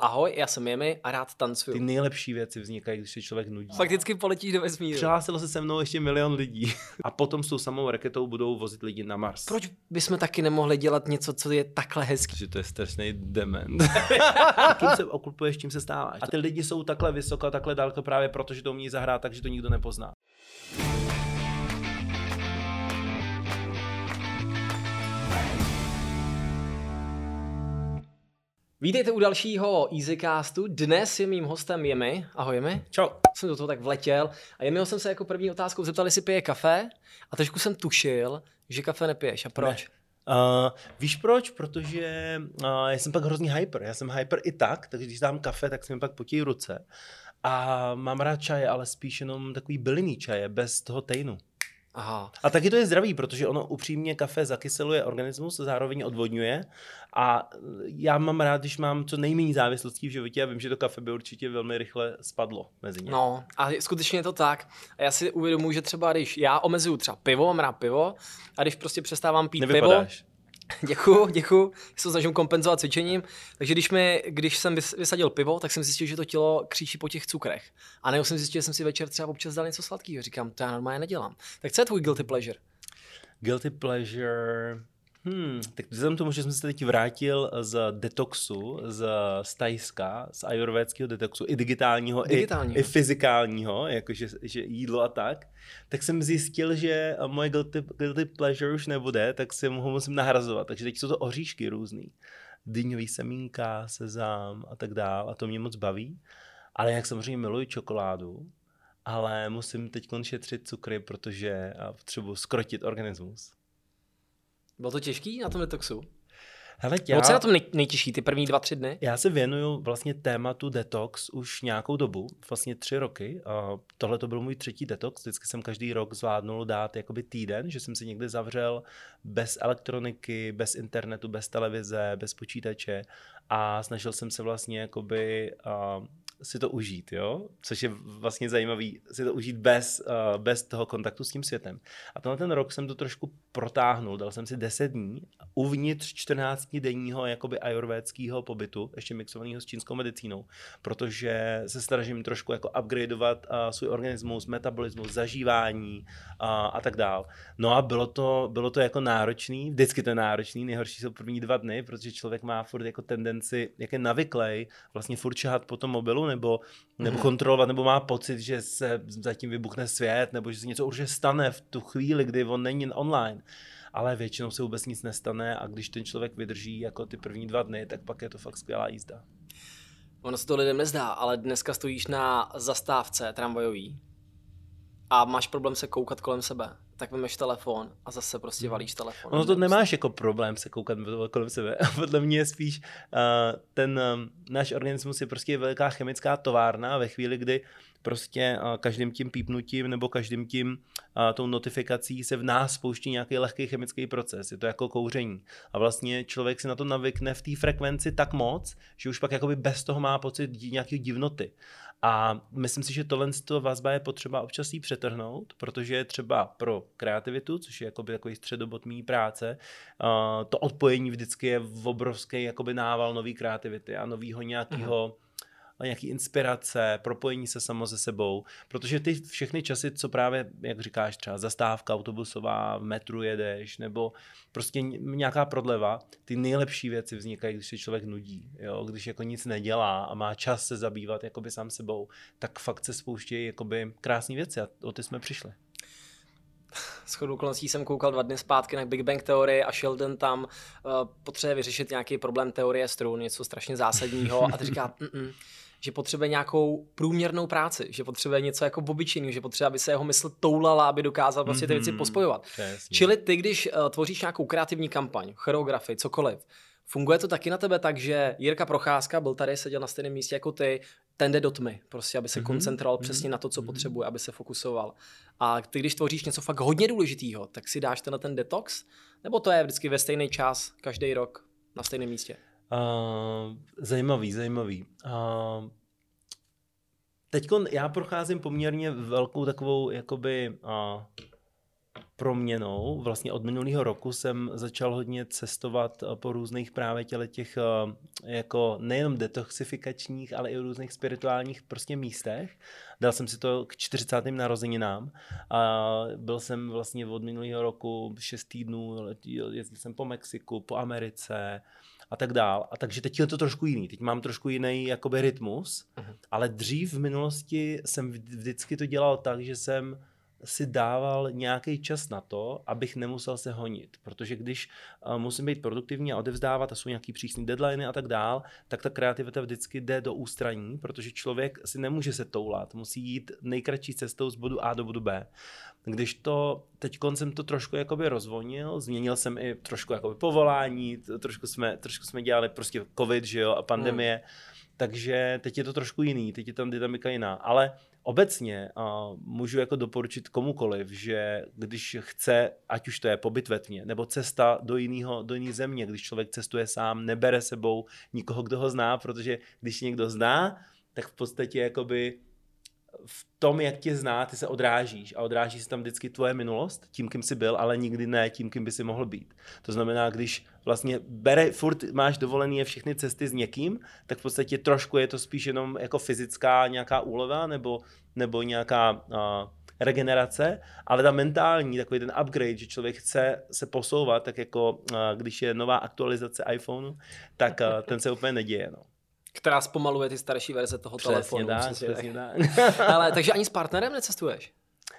ahoj, já jsem Jemi a rád tancuju. Ty nejlepší věci vznikají, když se člověk nudí. Fakticky poletíš do vesmíru. Přihlásilo se mnou ještě 1 milion lidí. A potom s tou samou raketou budou vozit lidi na Mars. Proč bychom taky nemohli dělat něco, co je takhle hezký? Že to je strašný dement. Kým se oklupuješ, čím se stáváš. A ty lidi jsou takhle vysoko, takhle daleko právě proto, že to umí zahrát, takže to nikdo nepozná. Vítejte u dalšího EasyCastu. Dnes je mým hostem Jemi. Ahoj Jemi. Čau. Jsem do toho tak vletěl a Jemiho jsem se jako první otázkou zeptal, jestli pije kafe a trošku jsem tušil, že kafe nepiješ. A proč? Víš proč? Protože já jsem pak hrozný hyper. Já jsem hyper i tak, takže když dám kafe, tak se mi pak potí ruce. A mám rád čaje, ale spíš jenom takový bylinný čaje, bez toho tejnu. Aha. A taky to je zdravý, protože ono upřímně kafe zakyseluje organismus, zároveň odvodňuje. A já mám rád, když mám co nejméně závislostí v životě a vím, že to kafe by určitě velmi rychle spadlo mezi ně. No a skutečně je to tak. A já si uvědomuji, že třeba když já omezuju třeba pivo, mám rád pivo, a když prostě přestávám pít Nevypadáš. pivo. Děkuju. Se snažím kompenzovat cvičením. Takže když jsem vysadil pivo, tak jsem zjistil, že to tělo křičí po těch cukrech. A nebo jsem zjistil, že jsem si večer třeba občas dal něco sladkého. Říkám, to já normálně nedělám. Tak co je tvůj guilty pleasure? Guilty pleasure... Tak vzhledem tomu, že jsem se teď vrátil z detoxu, z Thajska, z ayurvédského detoxu, i digitálního. I fyzikálního, jakože že jídlo a tak jsem zjistil, že moje guilty pleasure už nebude, tak si ho musím nahrazovat. Takže teď jsou to oříšky různý. Dyňový semínka, sezám a tak dál a to mě moc baví. Ale jak samozřejmě miluji čokoládu, ale musím teď šetřit cukry, protože potřebuji zkrotit organismus. Bylo to těžký na tom detoxu? Hele, Bylo se na tom nejtěžší, ty první 2-3 dny? Já se věnuju vlastně tématu detox už nějakou dobu, vlastně 3 roky. Tohle to byl můj 3. detox, vždycky jsem každý rok zvládnul dát jakoby týden, že jsem se někde zavřel bez elektroniky, bez internetu, bez televize, bez počítače a snažil jsem se vlastně jakoby si to užít, jo? Což je vlastně zajímavý, si to užít bez toho kontaktu s tím světem. A ten rok jsem to trošku protáhnul, dal jsem si 10 dní uvnitř 14denního jakoby ayurvédského pobytu, ještě mixovaného s čínskou medicínou, protože se snažím trošku jako upgradeovat svůj organismus, metabolismus, zažívání a tak dál. No a bylo to jako náročný, vždycky to je náročný, nejhorší jsou první 2 dny, protože člověk má furt jako tendenci, jak je navyklej, vlastně furt čahat po tom mobilu, nebo kontrolovat, nebo má pocit, že se zatím vybuchne svět, nebo že se něco určitě stane v tu chvíli, kdy on není online. Ale většinou se vůbec nic nestane a když ten člověk vydrží jako ty první 2 dny, tak pak je to fakt skvělá jízda. Ono se to lidem nezdá, ale dneska stojíš na zastávce tramvajový a máš problém se koukat kolem sebe, tak vemeš telefon a zase prostě valíš telefon. No to nemáš jako problém se koukat kolem sebe. A podle mě je spíš ten náš organismus je prostě velká chemická továrna a ve chvíli, kdy prostě každým tím pípnutím nebo každým tím tou notifikací se v nás spouští nějaký lehký chemický proces. Je to jako kouření. A vlastně člověk si na to navykne v té frekvenci tak moc, že už pak jakoby bez toho má pocit nějaký divnoty. A myslím si, že tohle vazba je potřeba občas jí přetrhnout, protože je třeba pro kreativitu, což je jakoby takový středobod mý práce, to odpojení vždycky je obrovský jakoby nával nový kreativity a novýho nějaký inspirace, propojení se samo se sebou, protože ty všechny časy, co právě, jak říkáš, třeba zastávka autobusová, v metru jedeš, nebo prostě nějaká prodleva, ty nejlepší věci vznikají, když se člověk nudí, jo? Když jako nic nedělá a má čas se zabývat jakoby sám sebou, tak fakt se spouštějí jakoby krásné věci a o ty jsme přišli. Shodou okolností jsem koukal 2 dny zpátky na Big Bang teorii a Sheldon tam potřebuje vyřešit nějaký problém teorie strun, něco strašně zásadního a ty říká, že potřebuje nějakou průměrnou práci, že potřebuje něco jako obyčejného, že potřebuje, aby se jeho mysl toulala, aby dokázal prostě ty věci pospojovat. Čili ty, když tvoříš nějakou kreativní kampaň, choreografii, cokoliv, funguje to taky na tebe tak, že Jirka Procházka byl tady, seděl na stejném místě jako ty, ten jde do tmy, prostě, aby se koncentroval přesně na to, co potřebuje, aby se fokusoval. A ty, když tvoříš něco fakt hodně důležitého, tak si dáš ten detox? Nebo to je vždycky ve stejný čas, každý rok, na stejném místě? Zajímavý. Teďko já procházím poměrně velkou takovou jakoby proměnou. Vlastně od minulého roku jsem začal hodně cestovat po různých právě těch jako nejenom detoxifikačních, ale i různých spirituálních prostě místech. Dal jsem si to k 40. narozeninám a byl jsem vlastně od minulého roku 6 týdnů, jezdil jsem po Mexiku, po Americe a tak dál. A takže teď je to trošku jiný. Teď mám trošku jiný jakoby rytmus, ale dřív v minulosti jsem vždycky to dělal tak, že jsem si dával nějaký čas na to, abych nemusel se honit. Protože když musím být produktivní a odevzdávat a jsou nějaký přísný deadliny a tak dál, tak ta kreativita vždycky jde do ústraní, protože člověk si nemůže se toulat, musí jít nejkratší cestou z bodu A do bodu B. Když to, teď jsem to trošku jakoby rozvolnil, změnil jsem i trošku jakoby povolání, trošku jsme dělali prostě covid, že jo, a pandemie, takže teď je to trošku jiný, teď je tam dynamika jiná, ale obecně můžu jako doporučit komukoliv, že když chce, ať už to je pobyt ve tmě, nebo cesta do jiné země, když člověk cestuje sám, nebere sebou nikoho, kdo ho zná, protože když někdo zná, tak v podstatě jakoby v tom, jak tě zná, ty se odrážíš a odráží se tam vždycky tvoje minulost, tím, kým jsi byl, ale nikdy ne tím, kým by si mohl být. To znamená, když vlastně furt máš dovolený všechny cesty s někým, tak v podstatě trošku je to spíš jenom jako fyzická nějaká úleva nebo nějaká regenerace, ale ta mentální, takový ten upgrade, že člověk chce se posouvat, tak jako když je nová aktualizace iPhoneu, tak ten se úplně neděje. No. Která zpomaluje ty starší verze toho telefonu. Přesně tak. Ale takže ani s partnerem necestuješ?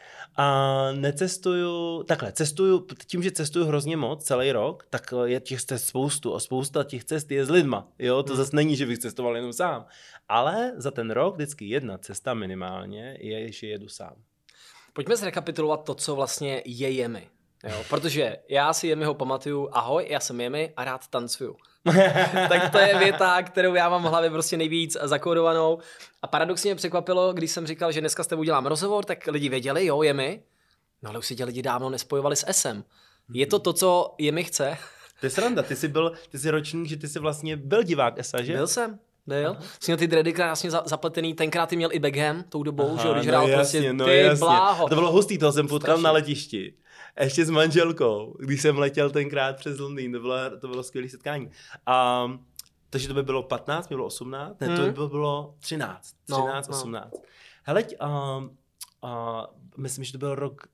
Cestuju, tím, že cestuju hrozně moc celý rok, tak je těch cest spoustu a spousta těch cest je s lidma, jo, to zase není, že bych cestoval jenom sám, ale za ten rok vždycky jedna cesta minimálně je, že jedu sám. Pojďme zrekapitulovat to, co vlastně je Jemi. Jo, protože já si Jemiho pamatuju, ahoj, já jsem Jemi a rád tancuju. Tak to je věta, kterou já mám v hlavě prostě nejvíc zakódovanou. A paradoxně mě překvapilo, když jsem říkal, že dneska s tebou dělám rozhovor, tak lidi věděli, jo, Jemi, no ale už si tě lidi dávno nespojovali s SM. Je to, co Jemi chce? To je sranda, ty jsi ročník, že ty jsi vlastně byl divák ESA, že? Byl jsem. Jsi měl ty dready krásně zapletený, tenkrát ty měl i Beckham tou dobou, že když hrál prostě bláho. To bylo hustý, toho jsem potkal na letišti. Ještě s manželkou, když jsem letěl tenkrát přes Londýn, to bylo skvělé setkání. Takže to by bylo 15, bylo 18, ne, to by bylo 13, 18. Hele, myslím, že to byl rok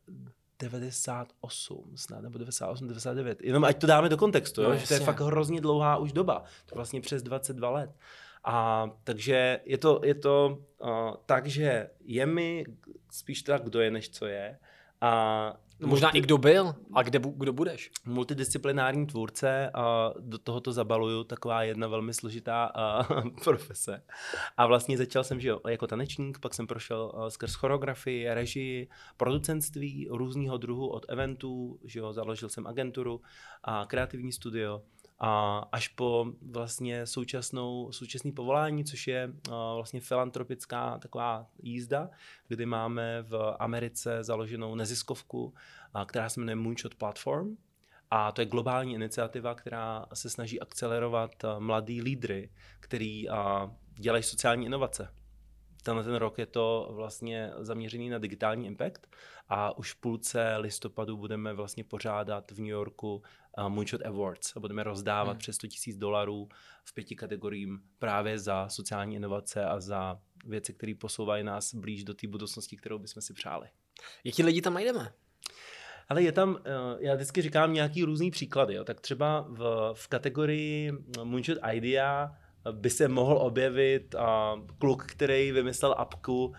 98 snad, nebo 98, 99. Jenom ať to dáme do kontextu, jo? Že to je fakt hrozně dlouhá už doba. To vlastně přes 22 let. Takže je to tak, že je mi spíš tak, kdo je, než co je. Možná i kdo byl a kdo budeš. Multidisciplinární tvůrce a do tohoto zabaluju taková jedna velmi složitá profese. A vlastně začal jsem, že jako tanečník, pak jsem prošel skrz choreografii, režii, producentství různého druhu od eventů, že jo, založil jsem agenturu a kreativní studio. Až po vlastně současný povolání, což je vlastně filantropická taková jízda, kdy máme v Americe založenou neziskovku, která se jmenuje Moonshot Platform. A to je globální iniciativa, která se snaží akcelerovat mladý lídry, který dělají sociální inovace. Ten rok je to vlastně zaměřený na digitální impact a už v půlce listopadu budeme vlastně pořádat v New Yorku Moonshot Awards a budeme rozdávat přes $100,000 v 5 kategoriím právě za sociální inovace a za věci, které posouvají nás blíž do té budoucnosti, kterou bychom si přáli. Jaký lidi tam najdeme? Ale je tam, já vždycky říkám nějaký různý příklady, jo. Tak třeba v kategorii Moonshot Idea by se mohl objevit kluk, který vymyslel apku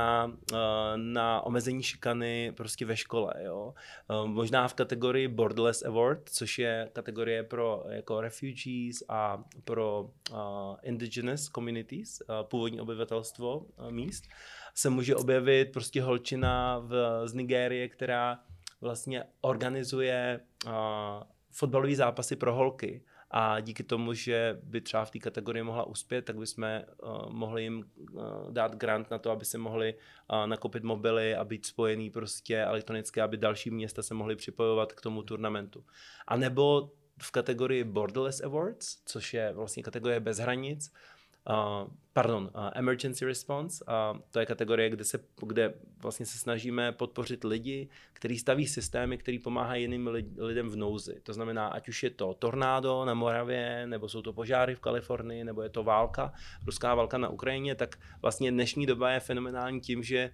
na omezení šikany prostě ve škole. Jo? Možná v kategorii Borderless Award, což je kategorie pro jako refugees a pro indigenous communities, původní obyvatelstvo míst, se může objevit prostě holčina z Nigérie, která vlastně organizuje fotbalové zápasy pro holky. A díky tomu, že by třeba v té kategorii mohla uspět, tak bychom mohli jim dát grant na to, aby se mohli nakoupit mobily a být spojený prostě elektronicky, aby další města se mohly připojovat k tomu turnamentu. A nebo v kategorii Borderless Awards, což je vlastně kategorie bez hranic, emergency response. To je kategorie, kde vlastně se snažíme podpořit lidi, kteří staví systémy, který pomáhají jiným lidem v nouzi. To znamená, ať už je to tornádo na Moravě, nebo jsou to požáry v Kalifornii, nebo je to válka, ruská válka na Ukrajině, tak vlastně dnešní doba je fenomenální tím, že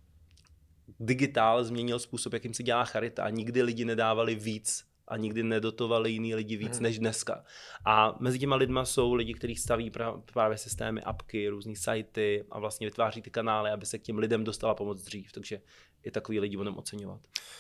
digitál změnil způsob, jakým se dělá charita a nikdy lidi nedávali víc a nikdy nedotovali jiný lidi víc než dneska. A mezi těma lidma jsou lidi, kteří staví právě systémy, apky, různý sajty a vlastně vytváří ty kanály, aby se k těm lidem dostala pomoc dřív. Takže i takový lidi budeme oceňovat.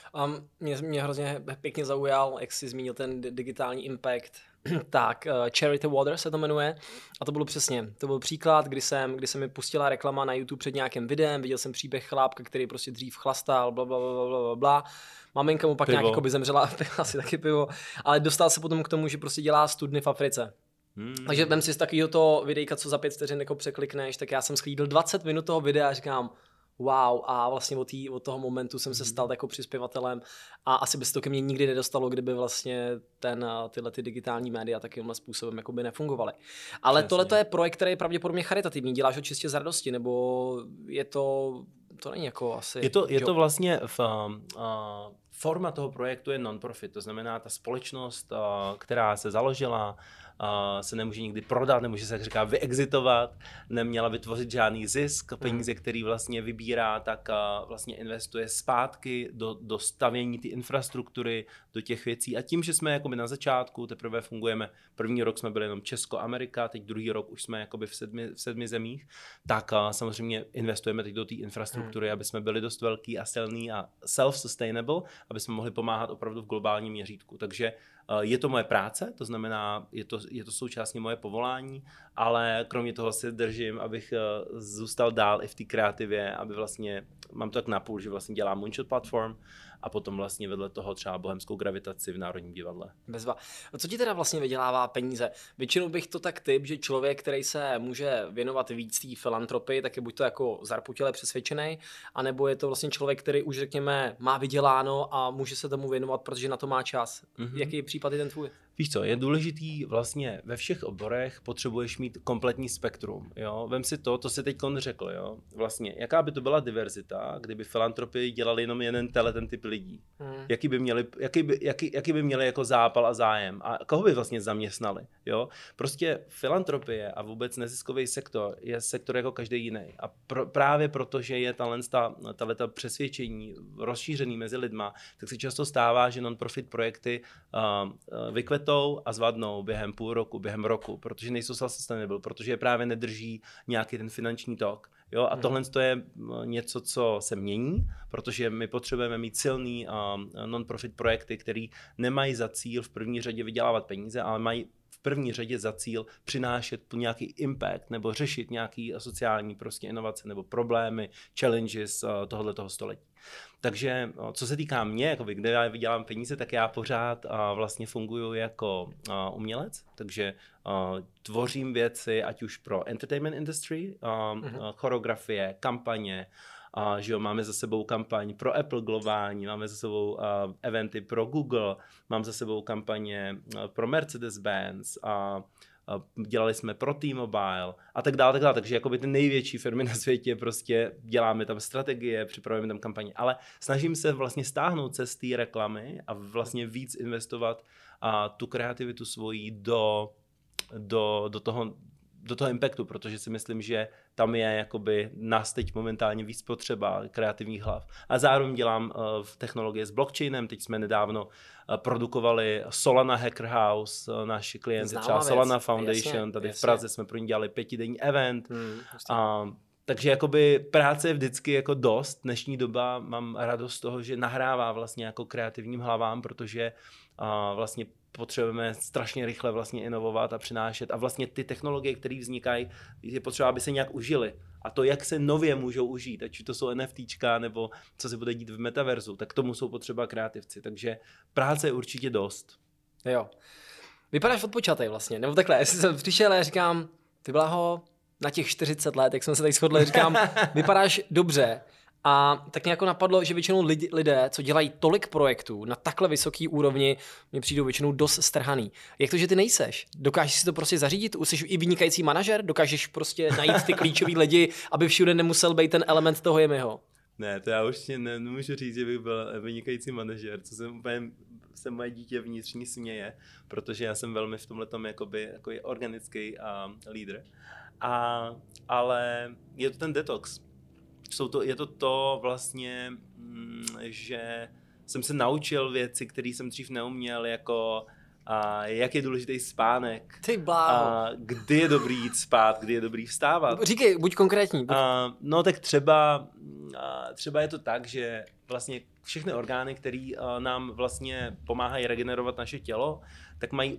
Mě hrozně pěkně zaujal, jak jsi zmínil ten digitální impact. Tak, Charity Water se to jmenuje a to byl příklad, kdy se mi pustila reklama na YouTube před nějakým videem, viděl jsem příběh chlápka, který prostě dřív chlastal, blablabla. Maminka mu pak pivo. nějak jakoby zemřela, asi taky pivo, ale dostal se potom k tomu, že prostě dělá studny v Africe. Takže vem si z takového toho videjka, co za 5 vteřin jako překlikneš, tak já jsem schlídl 20 minut toho videa a říkám, wow, a vlastně od toho momentu jsem se stal jako přispěvatelem a asi by se to ke mně nikdy nedostalo, kdyby vlastně tyhle ty digitální média takovýmhle způsobem jako by nefungovaly. Ale tohle je projekt, který je pravděpodobně charitativní, děláš ho čistě z radosti, nebo je to není jako asi... Je to vlastně forma toho projektu je non-profit, to znamená ta společnost, která se založila, se nemůže nikdy prodat, nemůže se, jak říká, vyexitovat, neměla vytvořit žádný zisk, peníze, který vlastně vybírá, tak vlastně investuje zpátky do stavění té infrastruktury, do těch věcí a tím, že jsme jakoby na začátku, teprve fungujeme, první rok jsme byli jenom Česko, Amerika, teď druhý rok už jsme jakoby v 7 zemích, tak samozřejmě investujeme teď do té infrastruktury, aby jsme byli dost velký a silný a self-sustainable, aby jsme mohli pomáhat opravdu v globálním měřítku. Takže je to moje práce, to znamená, je to současně moje povolání, ale kromě toho si držím, abych zůstal dál i v té kreativě, aby vlastně, mám to tak napůl, že vlastně dělám Moonshot Platform a potom vlastně vedle toho třeba Bohemskou gravitaci v Národním divadle. Bezva. Co ti teda vlastně vydělává peníze? Většinou bych to tak typ, že člověk, který se může věnovat víc té filantropii, tak je buď to jako zarputile přesvědčený, anebo je to vlastně člověk, který už řekněme má vyděláno a může se tomu věnovat, protože na to má čas. Jaký případ je ten tvůj? Víš co, je důležitý vlastně ve všech oborech potřebuješ mít kompletní spektrum, jo. Vem si to si teď řekl, jo. Vlastně, jaká by to byla diverzita, kdyby filantropii dělali jenom ten typ lidí. Jaký by měli jako zápal a zájem a koho by vlastně zaměstnali, jo. Prostě filantropie a vůbec neziskový sektor je sektor jako každý jiný. A právě protože je tato přesvědčení rozšířený mezi lidma, tak se často stává, že non-profit projekty vykvetou a zvadnou během půl roku, během roku, protože nejsou self-sustainable, protože je právě nedrží nějaký ten finanční tok. Jo? A tohle je něco, co se mění, protože my potřebujeme mít silný non-profit projekty, které nemají za cíl v první řadě vydělávat peníze, ale mají v první řadě za cíl přinášet nějaký impact nebo řešit nějaký sociální prostě inovace nebo problémy, challenges tohoto století. Takže co se týká mě, jakoby, kde já vydělám peníze, tak já pořád vlastně funguji jako umělec, takže tvořím věci, ať už pro entertainment industry, choreografie, kampaně, že jo, máme za sebou kampaň pro Apple globální, máme za sebou eventy pro Google, mám za sebou kampaně pro Mercedes-Benz dělali jsme pro T-Mobile a tak dále, takže jakoby ty největší firmy na světě prostě děláme tam strategie, připravujeme tam kampaně, ale snažím se vlastně stáhnout se z té reklamy a vlastně víc investovat tu kreativitu svojí do toho impactu, protože si myslím, že tam je jakoby nás teď momentálně víc potřeba kreativních hlav. A zároveň dělám v technologie s blockchainem, teď jsme nedávno produkovali Solana Hacker House, naši klienty, třeba Solana Foundation, tady v Praze jsme pro ně dělali 5denní event. Takže jakoby práce je vždycky jako dost. Dnešní doba mám radost z toho, že nahrává vlastně jako kreativním hlavám, protože vlastně potřebujeme strašně rychle vlastně inovovat a přinášet a vlastně ty technologie, které vznikají, je potřeba, aby se nějak užily. A to, jak se nově můžou užít, ať to jsou NFTčka nebo co se bude dít v metaverzu, tak tomu jsou potřeba kreativci. Takže práce je určitě dost. Jo. Vypadáš odpočatej vlastně, nebo takhle, jestli jsem přišel a říkám, ty Blaho, na těch 40 let, jak jsme se tady shodli, říkám, vypadáš dobře, A tak nějak napadlo, že většinou lidé, co dělají tolik projektů na takhle vysoký úrovni, mi přijdou většinou dost strhaný. Jak to, že ty nejseš? Dokážeš si to prostě zařídit? Jsi i vynikající manažer? Dokážeš prostě najít ty klíčový lidi, aby všude nemusel být ten element toho Jimmyho? Ne, to já určitě nemůžu říct, že bych byl vynikající manažer, co se moje dítě vnitřní směje, protože já jsem velmi v tomhletom jakoby organický lídr. Ale je to ten detox. Je to vlastně, že jsem se naučil věci, které jsem dřív neuměl, jako jak je důležitý spánek, Ty bláho. Kdy je dobrý jít spát, kdy je dobrý vstávat. Říkej, buď konkrétní. No tak třeba je to tak, že vlastně všechny orgány, které nám vlastně pomáhají regenerovat naše tělo, tak mají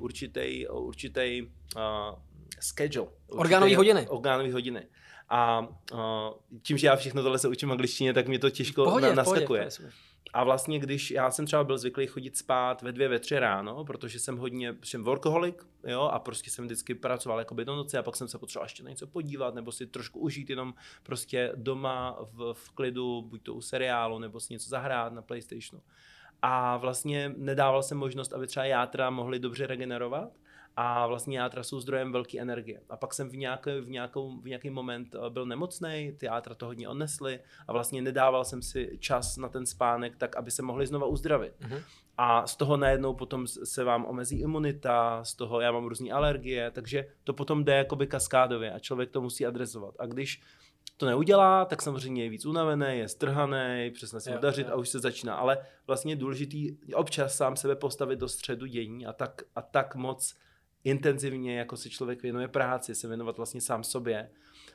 určitý schedule. Orgánový hodiny. A tím, že já všechno tohle se učím v angličtině, tak mě to těžko naskakuje. A vlastně, když já jsem třeba byl zvyklý chodit spát ve 2, ve 3 ráno, protože jsem workoholik, jo, a prostě jsem vždycky pracoval jakoby do noci a pak jsem se potřeboval ještě na něco podívat nebo si trošku užít jenom prostě doma v klidu, buď to u seriálu nebo si něco zahrát na PlayStationu. A vlastně nedával jsem možnost, aby třeba játra mohly dobře regenerovat. A vlastně játra jsou zdrojem velké energie. A pak jsem v nějaký moment byl nemocnej, ty játra to hodně odnesly a vlastně nedával jsem si čas na ten spánek tak, aby se mohli znova uzdravit. Mm-hmm. A z toho najednou potom se vám omezí imunita, z toho já mám různé alergie, takže to potom jde jakoby kaskádově a člověk to musí adresovat. A když to neudělá, tak samozřejmě je víc unavený, je strhaný, přesně se mu dařit a už se začíná. Ale vlastně je důležitý občas sám sebe postavit do středu dění a tak moc intenzivně, jako se člověk věnuje práci, se věnovat vlastně sám sobě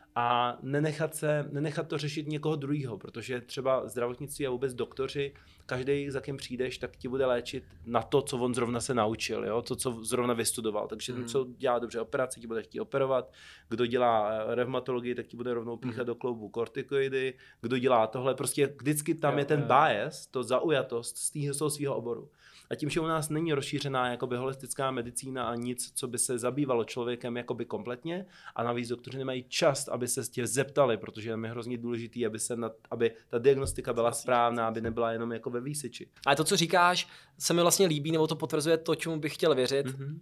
a nenechat to řešit někoho druhýho, protože třeba zdravotnictví a vůbec doktoři, každý, za kým přijdeš, tak ti bude léčit na to, co on zrovna se naučil, jo? To, co zrovna vystudoval. Takže ten, co dělá dobře operaci, ti bude chtít operovat, kdo dělá revmatologii, tak ti bude rovnou píchat do kloubu kortikoidy, kdo dělá tohle, prostě vždycky tam je ten bias, to zaujatost z toho svého oboru. A tím, že u nás není rozšířená jakoby holistická medicína a nic, co by se zabývalo člověkem jakoby kompletně, a navíc doktoři nemají čas, aby se tě zeptali, protože je hrozně důležitý, aby ta diagnostika byla správná, aby nebyla jenom jako ve výseči. Ale to, co říkáš, se mi vlastně líbí, nebo to potvrzuje to, čemu bych chtěl věřit. Mm-hmm.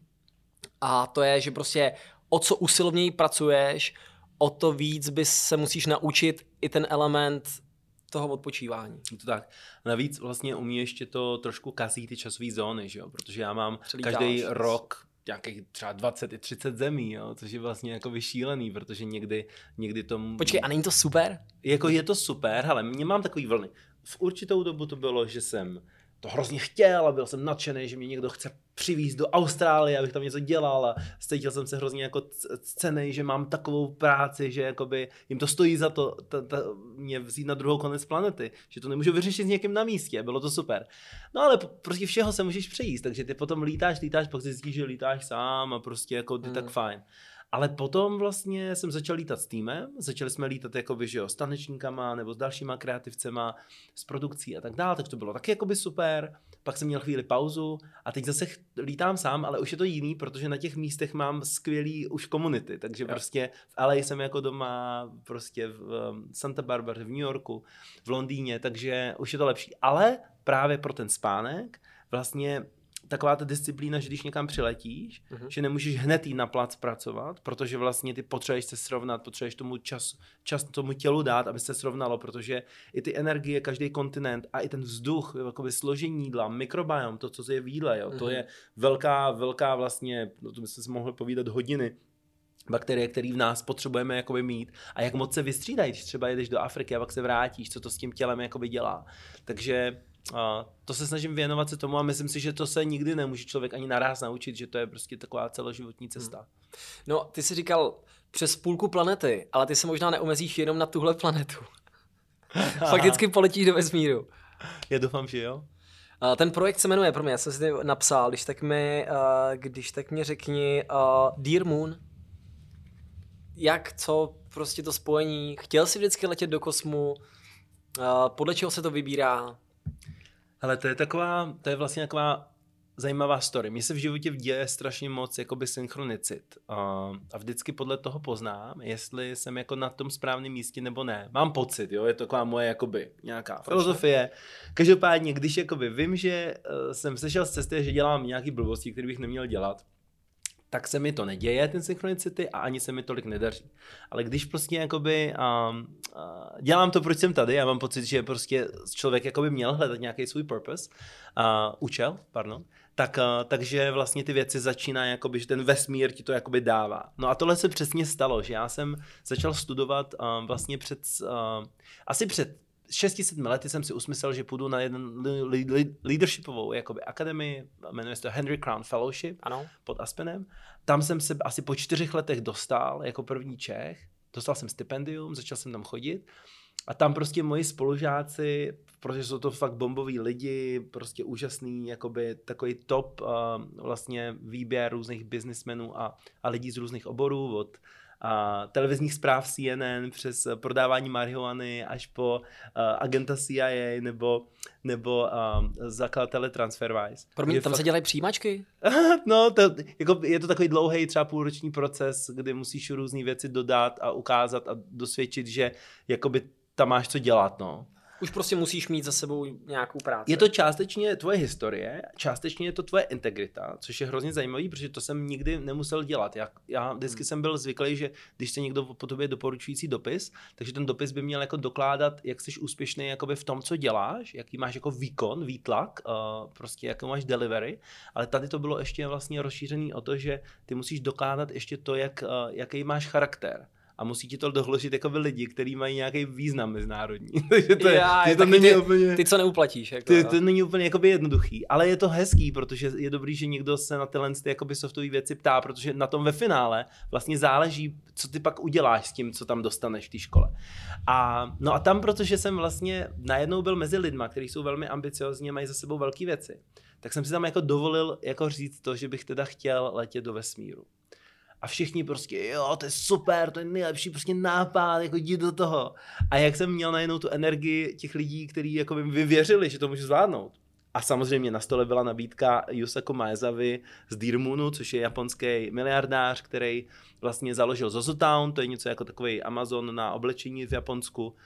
A to je, že prostě o co usilovněji pracuješ, o to víc bys se musíš naučit i ten element toho odpočívání. To tak. Navíc vlastně u mě ještě to trošku kazí ty časové zóny, že jo? Protože já mám každý rok nějakých třeba 20 i 30 zemí, jo? Což je vlastně jako vyšílený, protože někdy tomu... Počkej, a není to super? Jako je to super, hele, mě mám takový vlny. V určitou dobu to bylo, že jsem to hrozně chtěl a byl jsem nadšený, že mě někdo chce přivízt do Austrálie, abych tam něco dělal a cítil jsem se hrozně jako cennej, že mám takovou práci, že jakoby jim to stojí za to mě vzít na druhou konec planety, že to nemůžu vyřešit s někým na místě, bylo to super. No ale proti všeho se můžeš přejíst, takže ty potom lítáš, pak zjistíš, že lítáš sám a prostě jako ty tak fajn. Ale potom vlastně jsem začal lítat s týmem, začali jsme lítat jakoby, že jo, s tanečníkama nebo s dalšíma kreativcema, s produkcí a tak dále, tak to bylo taky jakoby super. Pak jsem měl chvíli pauzu a teď zase lítám sám, ale už je to jiný, protože na těch místech mám skvělý už komunity, takže prostě v LA jsem jako doma, prostě v Santa Barbara, v New Yorku, v Londýně, takže už je to lepší. Ale právě pro ten spánek vlastně taková ta disciplína, že když někam přiletíš, že nemůžeš hned jít na plac pracovat, protože vlastně ty potřebuješ se srovnat, potřebuješ tomu čas tomu tělu dát, aby se srovnalo, protože i ty energie, každý kontinent a i ten vzduch, jakoby složení jídla, mikrobiom, to, co je v jídle, jo, to je velká vlastně, no to bychom si mohli povídat hodiny, bakterie, které v nás potřebujeme jakoby mít a jak moc se vystřídají, když třeba jedeš do Afriky a pak se vrátíš, co to s tím tělem jakoby dělá. Takže to se snažím věnovat se tomu a myslím si, že to se nikdy nemůže člověk ani naráz naučit, že to je prostě taková celoživotní cesta. No, ty jsi říkal přes půlku planety, ale ty se možná neomezíš jenom na tuhle planetu. Fakticky poletíš do vesmíru. Já doufám, že jo. Ten projekt se jmenuje, pro mě, já jsem si napsal, když tak mi řekni Dear Moon. Jak, co, prostě to spojení, chtěl jsi vždycky letět do kosmu, podle čeho se to vybírá? Ale to je vlastně taková zajímavá story. Mně se v životě děje strašně moc jakoby synchronicit. A vždycky podle toho poznám, jestli jsem jako na tom správném místě nebo ne. Mám pocit, jo, je to taková moje jakoby nějaká filozofie. Každopádně, když jakoby vím, že jsem sešel z cesty, že dělám nějaký blbosti, které bych neměl dělat, tak se mi to neděje, ten synchronicity, a ani se mi tolik nedaří. Ale když prostě jakoby dělám to, proč jsem tady, já mám pocit, že prostě člověk jakoby měl hledat nějaký svůj purpose, účel, takže vlastně ty věci začínají, jakoby, že ten vesmír ti to jakoby dává. No a tohle se přesně stalo, že já jsem začal studovat vlastně asi před 6-7 lety jsem si usmyslel, že půjdu na jeden leadershipovou jakoby akademii, jmenuje se to Henry Crown Fellowship, ano, pod Aspenem. Tam jsem se asi po 4 letech dostal jako první Čech. Dostal jsem stipendium, začal jsem tam chodit. A tam prostě moji spolužáci, protože jsou to fakt bomboví lidi, prostě úžasný, jakoby takový top vlastně výběr různých businessmenů a lidí z různých oborů, od televizních zpráv CNN přes prodávání marihuany až po agenta CIA nebo zakladatele TransferWise. Promiň, tam se dělají přijímačky? No, je to takový dlouhý, třeba půlroční proces, kdy musíš různé věci dodat a ukázat a dosvědčit, že jakoby tam máš co dělat, no. Už prostě musíš mít za sebou nějakou práci. Je to částečně tvoje historie, částečně je to tvoje integrita, což je hrozně zajímavý, protože to jsem nikdy nemusel dělat. Já vždycky jsem byl zvyklý, že když se někdo po tobě doporučující dopis, takže ten dopis by měl jako dokládat, jak jsi úspěšný jakoby v tom, co děláš, jaký máš jako výkon, výtlak, prostě jakou máš delivery, ale tady to bylo ještě vlastně rozšířený o to, že ty musíš dokládat ještě to, jaký máš charakter. A musí ti to doložit jako by lidi, kteří mají nějaký význam mezinárodní. Takže to není úplně... Ty, co neuplatíš. Jako, to není úplně jakoby jednoduchý, ale je to hezký, protože je dobrý, že někdo se na tyhle jakoby softové věci ptá, protože na tom ve finále vlastně záleží, co ty pak uděláš s tím, co tam dostaneš v té škole. No a tam, protože jsem vlastně najednou byl mezi lidma, kteří jsou velmi ambiciozní a mají za sebou velké věci, tak jsem si tam jako dovolil jako říct to, že bych teda chtěl letět do vesmíru. A všichni prostě, jo, to je super, to je nejlepší prostě nápad, jako jdi do toho. A jak jsem měl najednou tu energii těch lidí, kteří jako by věřili, že to můžu zvládnout. A samozřejmě na stole byla nabídka Yusaku Maezawy z Dear Moonu, což je japonský miliardář, který vlastně založil ZOZOTOWN, to je něco jako takový Amazon na oblečení v Japonsku.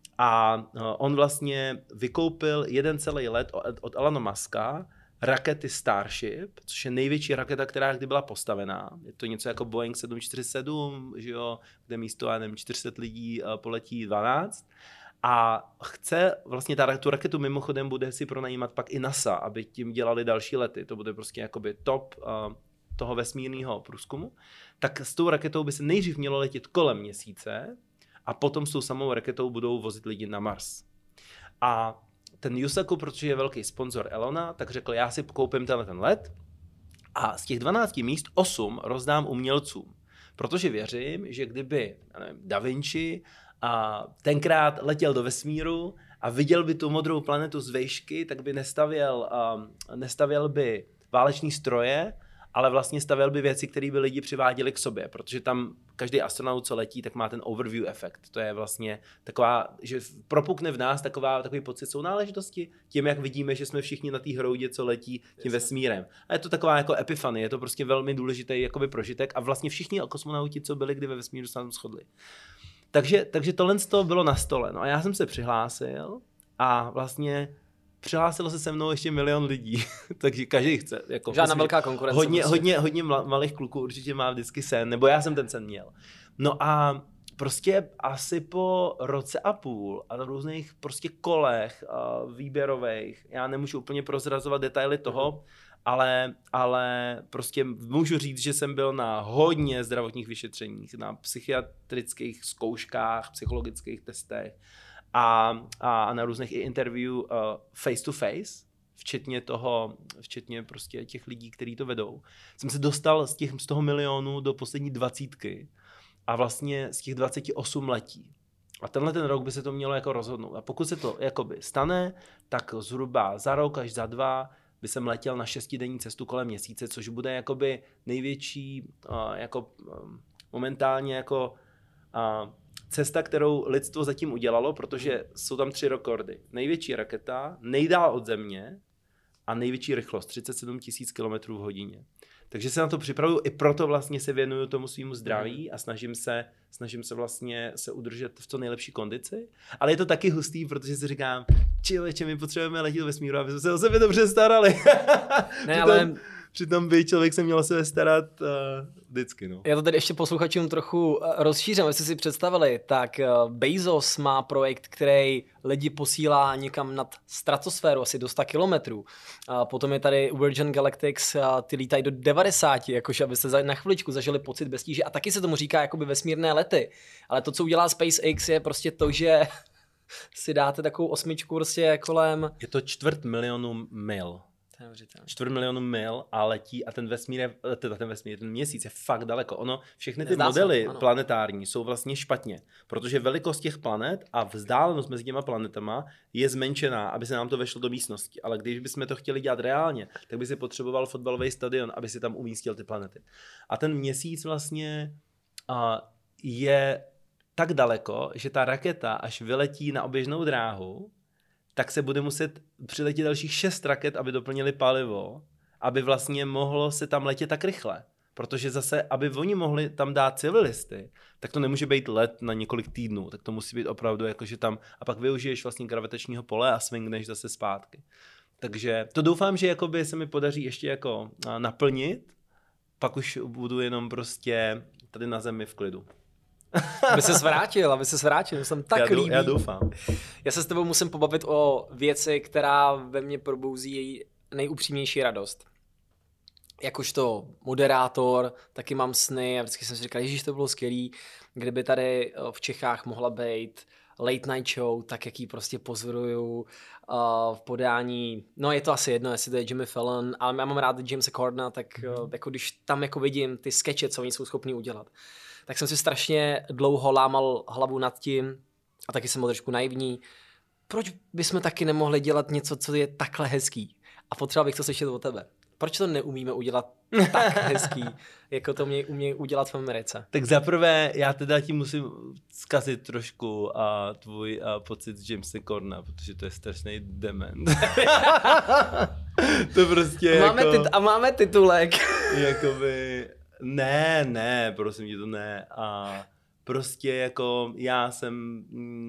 A on vlastně vykoupil jeden celý let od Elona Muska rakety Starship, což je největší raketa, která kdy byla postavená. Je to něco jako Boeing 747, že jo, kde místo, já nevím, 400 lidí poletí 12. A chce vlastně tu raketu mimochodem bude si pronajímat pak i NASA, aby tím dělali další lety. To bude prostě jakoby top toho vesmírného průzkumu. Tak s tou raketou by se nejdřív mělo letět kolem Měsíce a potom s tou samou raketou budou vozit lidi na Mars. A ten Yusaku, protože je velký sponzor Elona, tak řekl, já si koupím ten let a z těch 12 míst 8 rozdám umělcům. Protože věřím, že kdyby Da Vinci tenkrát letěl do vesmíru a viděl by tu modrou planetu z vejšky, tak by nestavěl by váleční stroje, ale vlastně stavěl by věci, které by lidi přiváděli k sobě, protože tam každý astronaut, co letí, tak má ten overview efekt. To je vlastně taková, že propukne v nás takový pocit sounáležitosti, tím, jak vidíme, že jsme všichni na té hroudě, co letí tím vesmírem. A je to taková jako epifany, je to prostě velmi důležitý jakoby prožitek a vlastně všichni kosmonauti, co byli kdy ve vesmíru, se tam shodli. Takže tohle z toho bylo na stole. No a já jsem se přihlásil a vlastně přihlásilo se mnou ještě 1 milion lidí, takže každý chce. Jako žádná velká konkurence. Hodně malých kluků určitě má vždycky sen, nebo já jsem ten sen měl. No a prostě asi po roce a půl a různých prostě kolech výběrových, já nemůžu úplně prozrazovat detaily toho, ale prostě můžu říct, že jsem byl na hodně zdravotních vyšetřeních, na psychiatrických zkouškách, psychologických testech, a na různých i interview face to face, včetně prostě těch lidí, kteří to vedou. Jsem se dostal z toho milionu do poslední 20 a vlastně z těch 28 letí. A tenhle ten rok by se to mělo jako rozhodnout. A pokud se to jakoby stane, tak zhruba za rok až za 2 by jsem letěl na 6denní cestu kolem Měsíce, což bude jakoby největší momentálně jako cesta, kterou lidstvo zatím udělalo, protože jsou tam 3 rekordy. Největší raketa, nejdál od Země, a největší rychlost 37 000 km v hodině. Takže se na to připravuju, i proto vlastně se věnuju tomu svýmu zdraví a snažím se vlastně se udržet v co nejlepší kondici. Ale je to taky hustý, protože si říkám, člověče, my potřebujeme letět do vesmíru, aby jsme se o sebe dobře starali. Přitom by člověk se měl o sebe starat vždycky. No. Já to tady ještě posluchačům trochu rozšířím, abyste si představili, tak Bezos má projekt, který lidi posílá někam nad stratosféru, asi do 100 kilometrů. Potom je tady Virgin Galactics, ty lítají do 90, jakože abyste na chviličku zažili pocit bez tíže. A taky se tomu říká jakoby vesmírné lety. Ale to, co udělá SpaceX, je prostě to, že si dáte takovou osmičku prostě kolem... Je to 250 000 mil. 250 000 mil a letí a ten měsíc je fakt daleko. Všechny ty modely planetární jsou vlastně špatně, protože velikost těch planet a vzdálenost mezi těma planetama je zmenšená, aby se nám to vešlo do místnosti. Ale když bychom to chtěli dělat reálně, tak by si potřeboval fotbalový stadion, aby si tam umístil ty planety. A ten měsíc vlastně je tak daleko, že ta raketa, až vyletí na oběžnou dráhu, tak se bude muset přiletět dalších 6 raket, aby doplnili palivo, aby vlastně mohlo se tam letět tak rychle. Protože zase, aby oni mohli tam dát civilisty, tak to nemůže být let na několik týdnů, tak to musí být opravdu jakože tam, a pak využiješ vlastně gravitačního pole a swingneš zase zpátky. Takže to doufám, že jakoby se mi podaří ještě jako naplnit, pak už budu jenom prostě tady na zemi v klidu. Aby se vrátil, jsem tak líbí. Já doufám. Já se s tebou musím pobavit o věci, která ve mně probouzí nejupřímnější radost. Jakožto moderátor, taky mám sny a vždycky jsem si říkal, ježiš, to bylo skvělý, kdyby tady v Čechách mohla být late night show, tak jak ji prostě pozoruju v podání, no je to asi jedno, jestli to je Jimmy Fallon, ale já mám rád Jamesa Cordena, tak jako když tam jako vidím ty skeče, co oni jsou schopní udělat, tak jsem si strašně dlouho lámal hlavu nad tím a taky jsem byl trošku naivní, proč bychom taky nemohli dělat něco, co je takhle hezký a potřeboval bych to slyšet od tebe. Proč to neumíme udělat tak hezký, jako to umějí udělat v Americe? Tak zaprvé, já teda ti musím zkazit trošku tvůj pocit z Jamesa Cordena, protože to je strašný dement. To prostě máme titulek. Jakoby, ne, prosím tě, to ne. A prostě jako já jsem,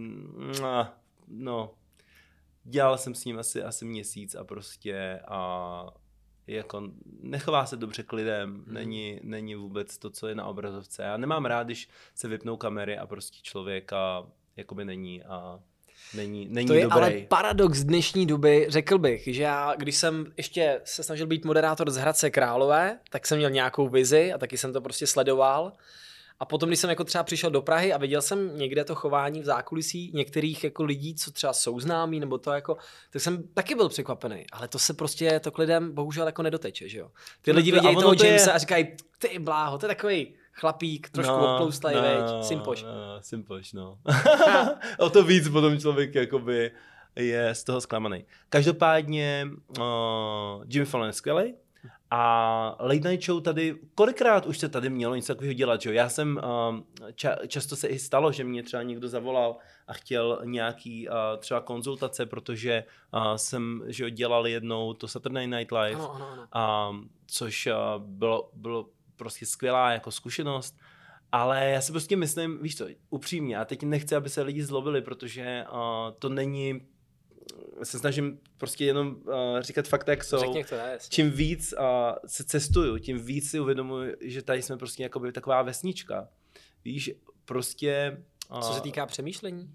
dělal jsem s ním asi měsíc a prostě jako nechová se dobře k lidem, není vůbec to, co je na obrazovce. Já nemám rád, když se vypnou kamery a prostě člověka jakoby není to je dobrý. Ale paradox dnešní doby, řekl bych, že já, když jsem ještě se snažil být moderátor z Hradce Králové, tak jsem měl nějakou vizi a taky jsem to prostě sledoval. A potom, když jsem jako třeba přišel do Prahy a viděl jsem někde to chování v zákulisí některých jako lidí, co třeba jsou známí, nebo to jako, tak jsem taky byl překvapený. Ale to se prostě to k lidem bohužel jako nedoteče, že jo. Ty lidi vidějí toho Jamesa a říkají, ty bláho, to je takový chlapík, trošku odploustlej, simpoš. Simpoš, no. O to víc potom člověk jakoby je z toho zklamaný. Každopádně Jimmy Fallon je skvělej. A late night show tady, kolikrát už se tady mělo něco takového dělat, že jo? Já jsem, často se i stalo, že mě třeba někdo zavolal a chtěl nějaký třeba konzultace, protože jsem, že jo, dělal jednou to Saturday Night Live, což bylo prostě skvělá jako zkušenost. Ale já si prostě myslím, víš co, upřímně, a teď nechci, aby se lidi zlobili, protože to není, se snažím prostě jenom říkat fakta, jak jsou. Čím víc se cestuju, tím víc si uvědomuji, že tady jsme prostě jakoby taková vesnička. Víš, prostě... Co se týká přemýšlení?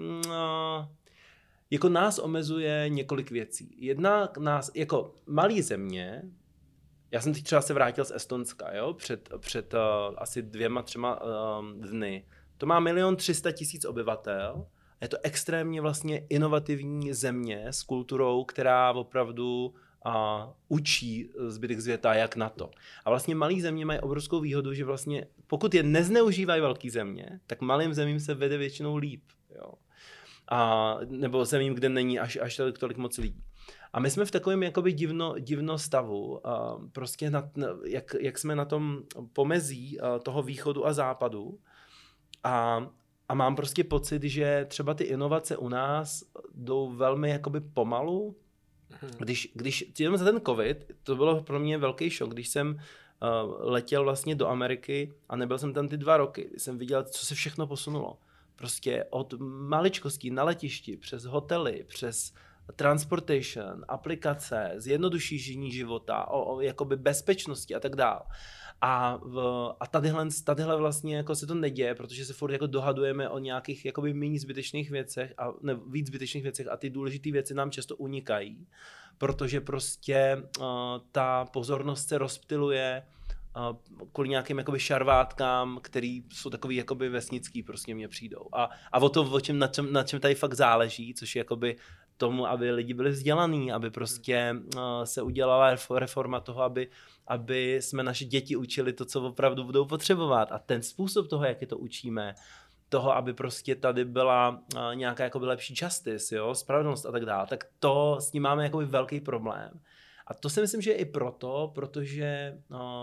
Jako nás omezuje několik věcí. Jedna nás, jako malý země, já jsem teď třeba se vrátil z Estonska, jo, před asi 2-3 dny. To má 1 300 000 obyvatel. Je to extrémně vlastně inovativní země s kulturou, která opravdu učí zbytek světa jak na to. A vlastně malé země mají obrovskou výhodu, že vlastně pokud je nezneužívají velké země, tak malým zemím se vede většinou líp. Jo. Nebo zemím, kde není až tolik moc lidí. A my jsme v takovém jakoby divno stavu, prostě jak jsme na tom pomezí toho východu a západu. A mám prostě pocit, že třeba ty inovace u nás jdou velmi jakoby pomalu Když jenom za ten covid, to bylo pro mě velký šok, když jsem letěl vlastně do Ameriky a nebyl jsem tam ty 2 roky, jsem viděl, co se všechno posunulo. Prostě od maličkostí na letišti, přes hotely, přes transportation, aplikace, zjednodušení života, o jakoby bezpečnosti a tak dále. A tadyhle vlastně jako se to neděje, protože se furt jako dohadujeme o nějakých jakoby méně zbytečných věcech a ne, víc zbytečných věcech a ty důležité věci nám často unikají, protože prostě ta pozornost se rozptyluje kvůli nějakým jakoby šarvátkám, který jsou takový jakoby vesnický, prostě mně přijdou. A o to, na čem tady fakt záleží, což je jakoby tomu, aby lidi byli vzdělaní, aby prostě se udělala reforma toho, aby jsme naše děti učili to, co opravdu budou potřebovat. A ten způsob toho, jak je to učíme, toho, aby prostě tady byla nějaká jakoby lepší justice, jo, spravedlnost a tak dále, tak to s tím máme jakoby velký problém. A to si myslím, že je i proto, protože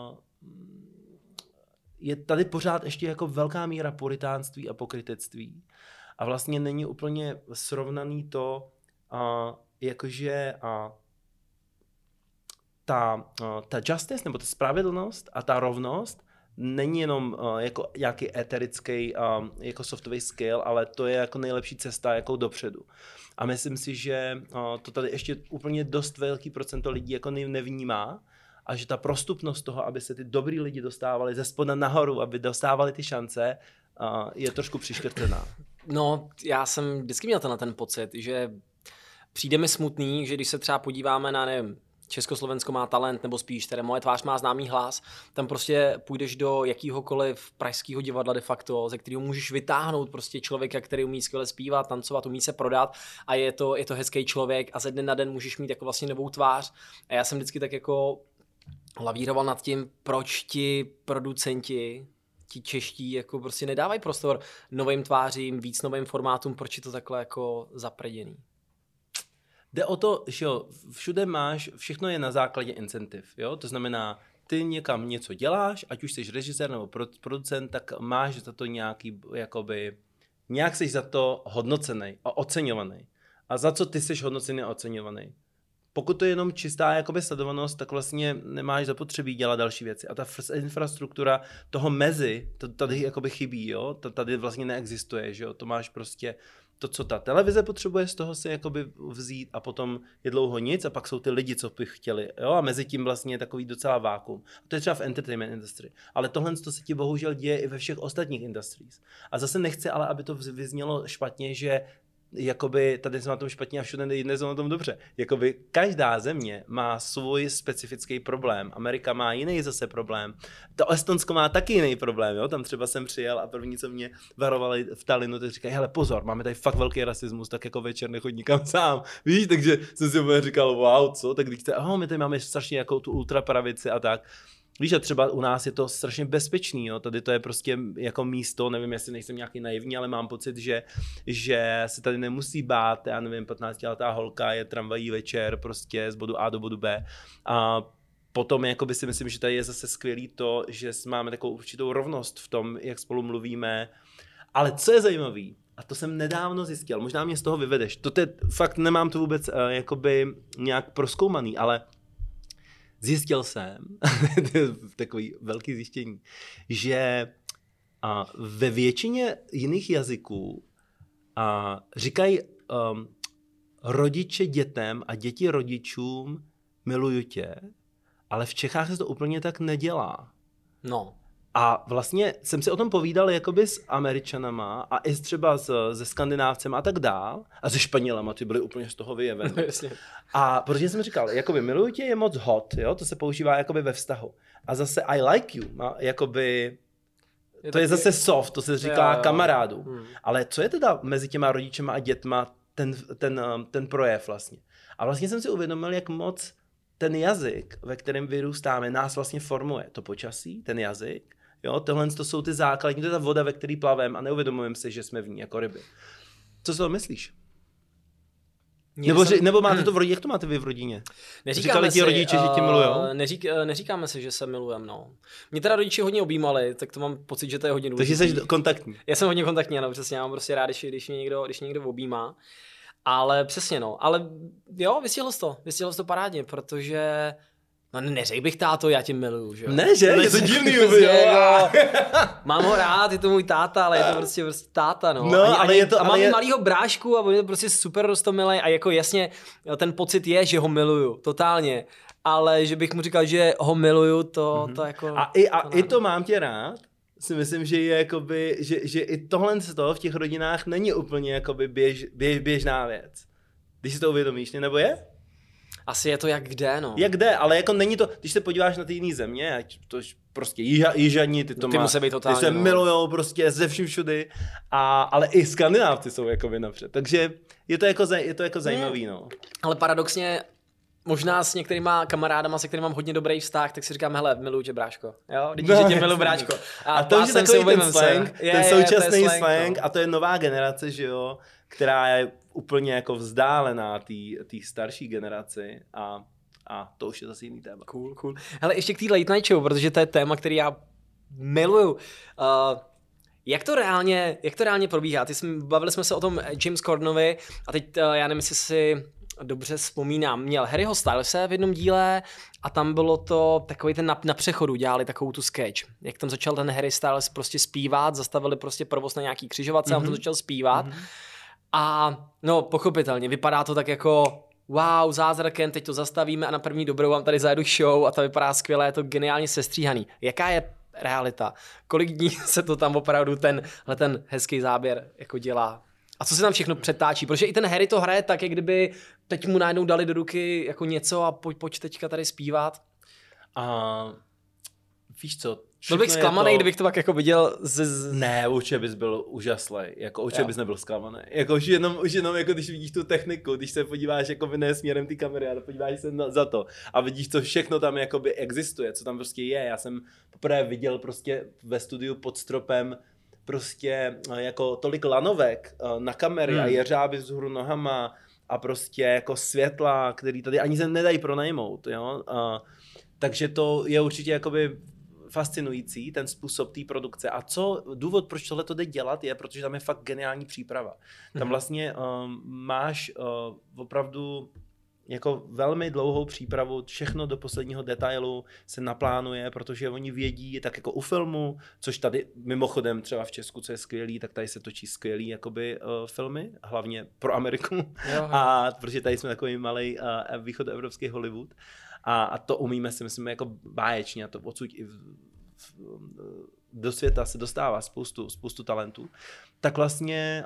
je tady pořád ještě jako velká míra puritánství a pokrytectví. A vlastně není úplně srovnaný to, jakože ta justice nebo ta spravedlnost a ta rovnost není jenom jako nějaký eterický jako softový skill, ale to je jako nejlepší cesta jako dopředu. A myslím si, že to tady ještě úplně dost velký procento lidí jako nevnímá a že ta prostupnost toho, aby se ty dobrý lidi dostávali ze spoda nahoru, aby dostávali ty šance, je trošku přiškrcená. No, já jsem vždycky měl ten pocit, že přijde mi smutný, že když se třeba podíváme na, nevím, Československo má talent, nebo spíš, teda Moje tvář má známý hlas, tam prostě půjdeš do jakýhokoliv pražského divadla de facto, ze kterého můžeš vytáhnout prostě člověka, který umí skvěle zpívat, tancovat, umí se prodat a je to hezký člověk a ze dne na den můžeš mít jako vlastně novou tvář. A já jsem vždycky tak jako lavíroval nad tím, proč ti producenti, ti čeští jako prostě nedávají prostor novým tvářím, víc novým formátům, proč je to takhle jako zaprděný. Jde o to, že jo, všude máš, všechno je na základě incentiv, jo, to znamená, ty někam něco děláš, ať už jsi režisér nebo producent, tak máš za to nějaký, jakoby, nějak jsi za to hodnocený a oceňovaný. A za co ty jsi hodnocený a oceňovaný? Pokud to je jenom čistá jakoby sledovanost, tak vlastně nemáš zapotřebí dělat další věci. A ta infrastruktura toho mezi, to tady jakoby chybí, jo, to tady vlastně neexistuje, že jo, to máš prostě to, co ta televize potřebuje, z toho si jakoby vzít a potom je dlouho nic a pak jsou ty lidi, co by chtěli, jo, a mezi tím vlastně je takový docela vákuum. A to je třeba v entertainment industry. Ale tohle to se ti bohužel děje i ve všech ostatních industries. A zase nechci ale, aby to vyznělo špatně, že jakoby tady jsme na tom špatně a všude jinde jsou na tom dobře. Jakoby každá země má svůj specifický problém. Amerika má jiný zase problém. To Estonsko má taky jiný problém. Jo? Tam třeba jsem přijel a první, co mě varovali v Tallinnu, tak říkají, hele pozor, máme tady fakt velký rasismus, tak jako večer nechoď nikam sám. Víš, takže jsem si úplně říkal, wow, co? Tak když my tady máme strašně jako tu ultrapravici a tak. Víš, a třeba u nás je to strašně bezpečný, jo? Tady to je prostě jako místo, nevím, jestli nejsem nějaký naivní, ale mám pocit, že se tady nemusí bát, já nevím, 15letá holka je tramvají večer prostě z bodu A do bodu B. A potom jakoby si myslím, že tady je zase skvělý to, že máme takovou určitou rovnost v tom, jak spolu mluvíme. Ale co je zajímavý, a to jsem nedávno zjistil, možná mě z toho vyvedeš, to je, fakt nemám to vůbec jakoby nějak prozkoumaný, ale zjistil jsem, takový velký zjištění, že ve většině jiných jazyků říkají rodiče dětem a děti rodičům miluju tě, ale v Čechách se to úplně tak nedělá. No. A vlastně jsem si o tom povídal jakoby s Američanama a i třeba se Skandinávcem a tak dál. A se Španělama, ty byli úplně z toho vyjeveni. A protože jsem říkal, jakoby miluji tě je moc hot, jo? To se používá jakoby ve vztahu. A zase I like you, jakoby to je zase soft, to se říká kamarádu. Ale co je teda mezi těma rodičema a dětma ten projev vlastně? A vlastně jsem si uvědomil, jak moc ten jazyk, ve kterém vyrůstáme, nás vlastně formuje. To počasí, ten jazyk, jo, tohle to jsou ty základní, to je ta voda, ve který plaveme a neuvědomujeme si, že jsme v ní jako ryby. Co si to myslíš? Nebo máte to v rodině, jak to máte vy v rodině? Říkali ti rodiče, že tě milujou? Neříkáme si, že se milujeme, no. Mě teda rodiče hodně objímali, tak to mám pocit, že to je hodně důležitý. Takže jsi kontaktní. Já jsem hodně kontaktní, ano, přesně, já mám prostě rád, když mě někdo objímá. Ale přesně no, ale jo, vystihlo jsi to parádně, protože no neřekl bych táto, já tě miluju, že jo. Ne, že? Je to divný, Mám ho rád, je to můj táta, ale je to prostě táta, no. No, ale je to, a mám i malýho brášku a on je prostě super roztomilej a jako jasně ten pocit je, že ho miluju, totálně. Ale že bych mu říkal, že ho miluju, to jako... I to mám tě rád, si myslím, že je jakoby, že i tohle z toho v těch rodinách není úplně jakoby běžná věc. Když si to uvědomíš, nebo je? Asi je to jak kde, no. Jak kde, ale jako není to, když se podíváš na ty jiné země, ať to prostě Jižani, ty se milujou prostě ze vším všudy, ale i Skandinávci jsou jakoby napřed. Takže je to jako zajímavý, no. Ale paradoxně, možná s některýma kamarádama, se kterými mám hodně dobrý vztah, tak si říkám, hele, miluju tě, bráško. Jo, když tě miluju, bráško. A to už je takový ten slang, ten současný slang, a to je nová generace, že jo, která je úplně jako vzdálená té starší generaci a to už je zase jiný téma. Cool. Hele, ještě k té late night show, protože to je téma, který já miluju. Jak to reálně probíhá? Bavili jsme se o tom James Cordonovi a teď já nevím, jestli si dobře vzpomínám, měl Harryho Stylese v jednom díle a tam bylo to takový ten na přechodu, dělali takovou tu sketch. Jak tam začal ten Harry Styles prostě zpívat, zastavili prostě provoz na nějaký křižovatce a on to začal zpívat. A no, pochopitelně, vypadá to tak jako wow, zázrakem, teď to zastavíme a na první dobrou vám tady zajedu show a to vypadá skvěle, je to geniálně sestříhaný. Jaká je realita? Kolik dní se to tam opravdu ten hezký záběr jako dělá? A co se tam všechno přetáčí? Protože i ten Harry to hraje tak, jak kdyby teď mu najednou dali do ruky jako něco a pojď teďka tady zpívat. Víš co? Byl bych zklamaný, kdybych to tak jako viděl Ne, určitě bys byl úžaslej. Jako určitě bys nebyl zklamaný. Jako už jenom jako když vidíš tu techniku, když se podíváš jako ne směrem ty kamery, ale podíváš se za to a vidíš, co všechno tam jakoby existuje, co tam prostě je. Já jsem poprvé viděl prostě ve studiu pod stropem prostě jako tolik lanovek na kamery a jeřáby vzhůru nohama a prostě jako světla, který tady ani se nedají pronajmout, jo. Takže to je určitě jakoby fascinující, ten způsob té produkce. A důvod, proč tohle to jde dělat, je, protože tam je fakt geniální příprava. Tam vlastně máš opravdu jako velmi dlouhou přípravu, všechno do posledního detailu se naplánuje, protože oni vědí, tak jako u filmu, což tady mimochodem třeba v Česku, co je skvělý, tak tady se točí skvělý jakoby filmy, hlavně pro Ameriku. A protože tady jsme takový malej východoevropský Hollywood. A to umíme si myslím jako báječně a to odsud i do světa se dostává spoustu talentů. Tak vlastně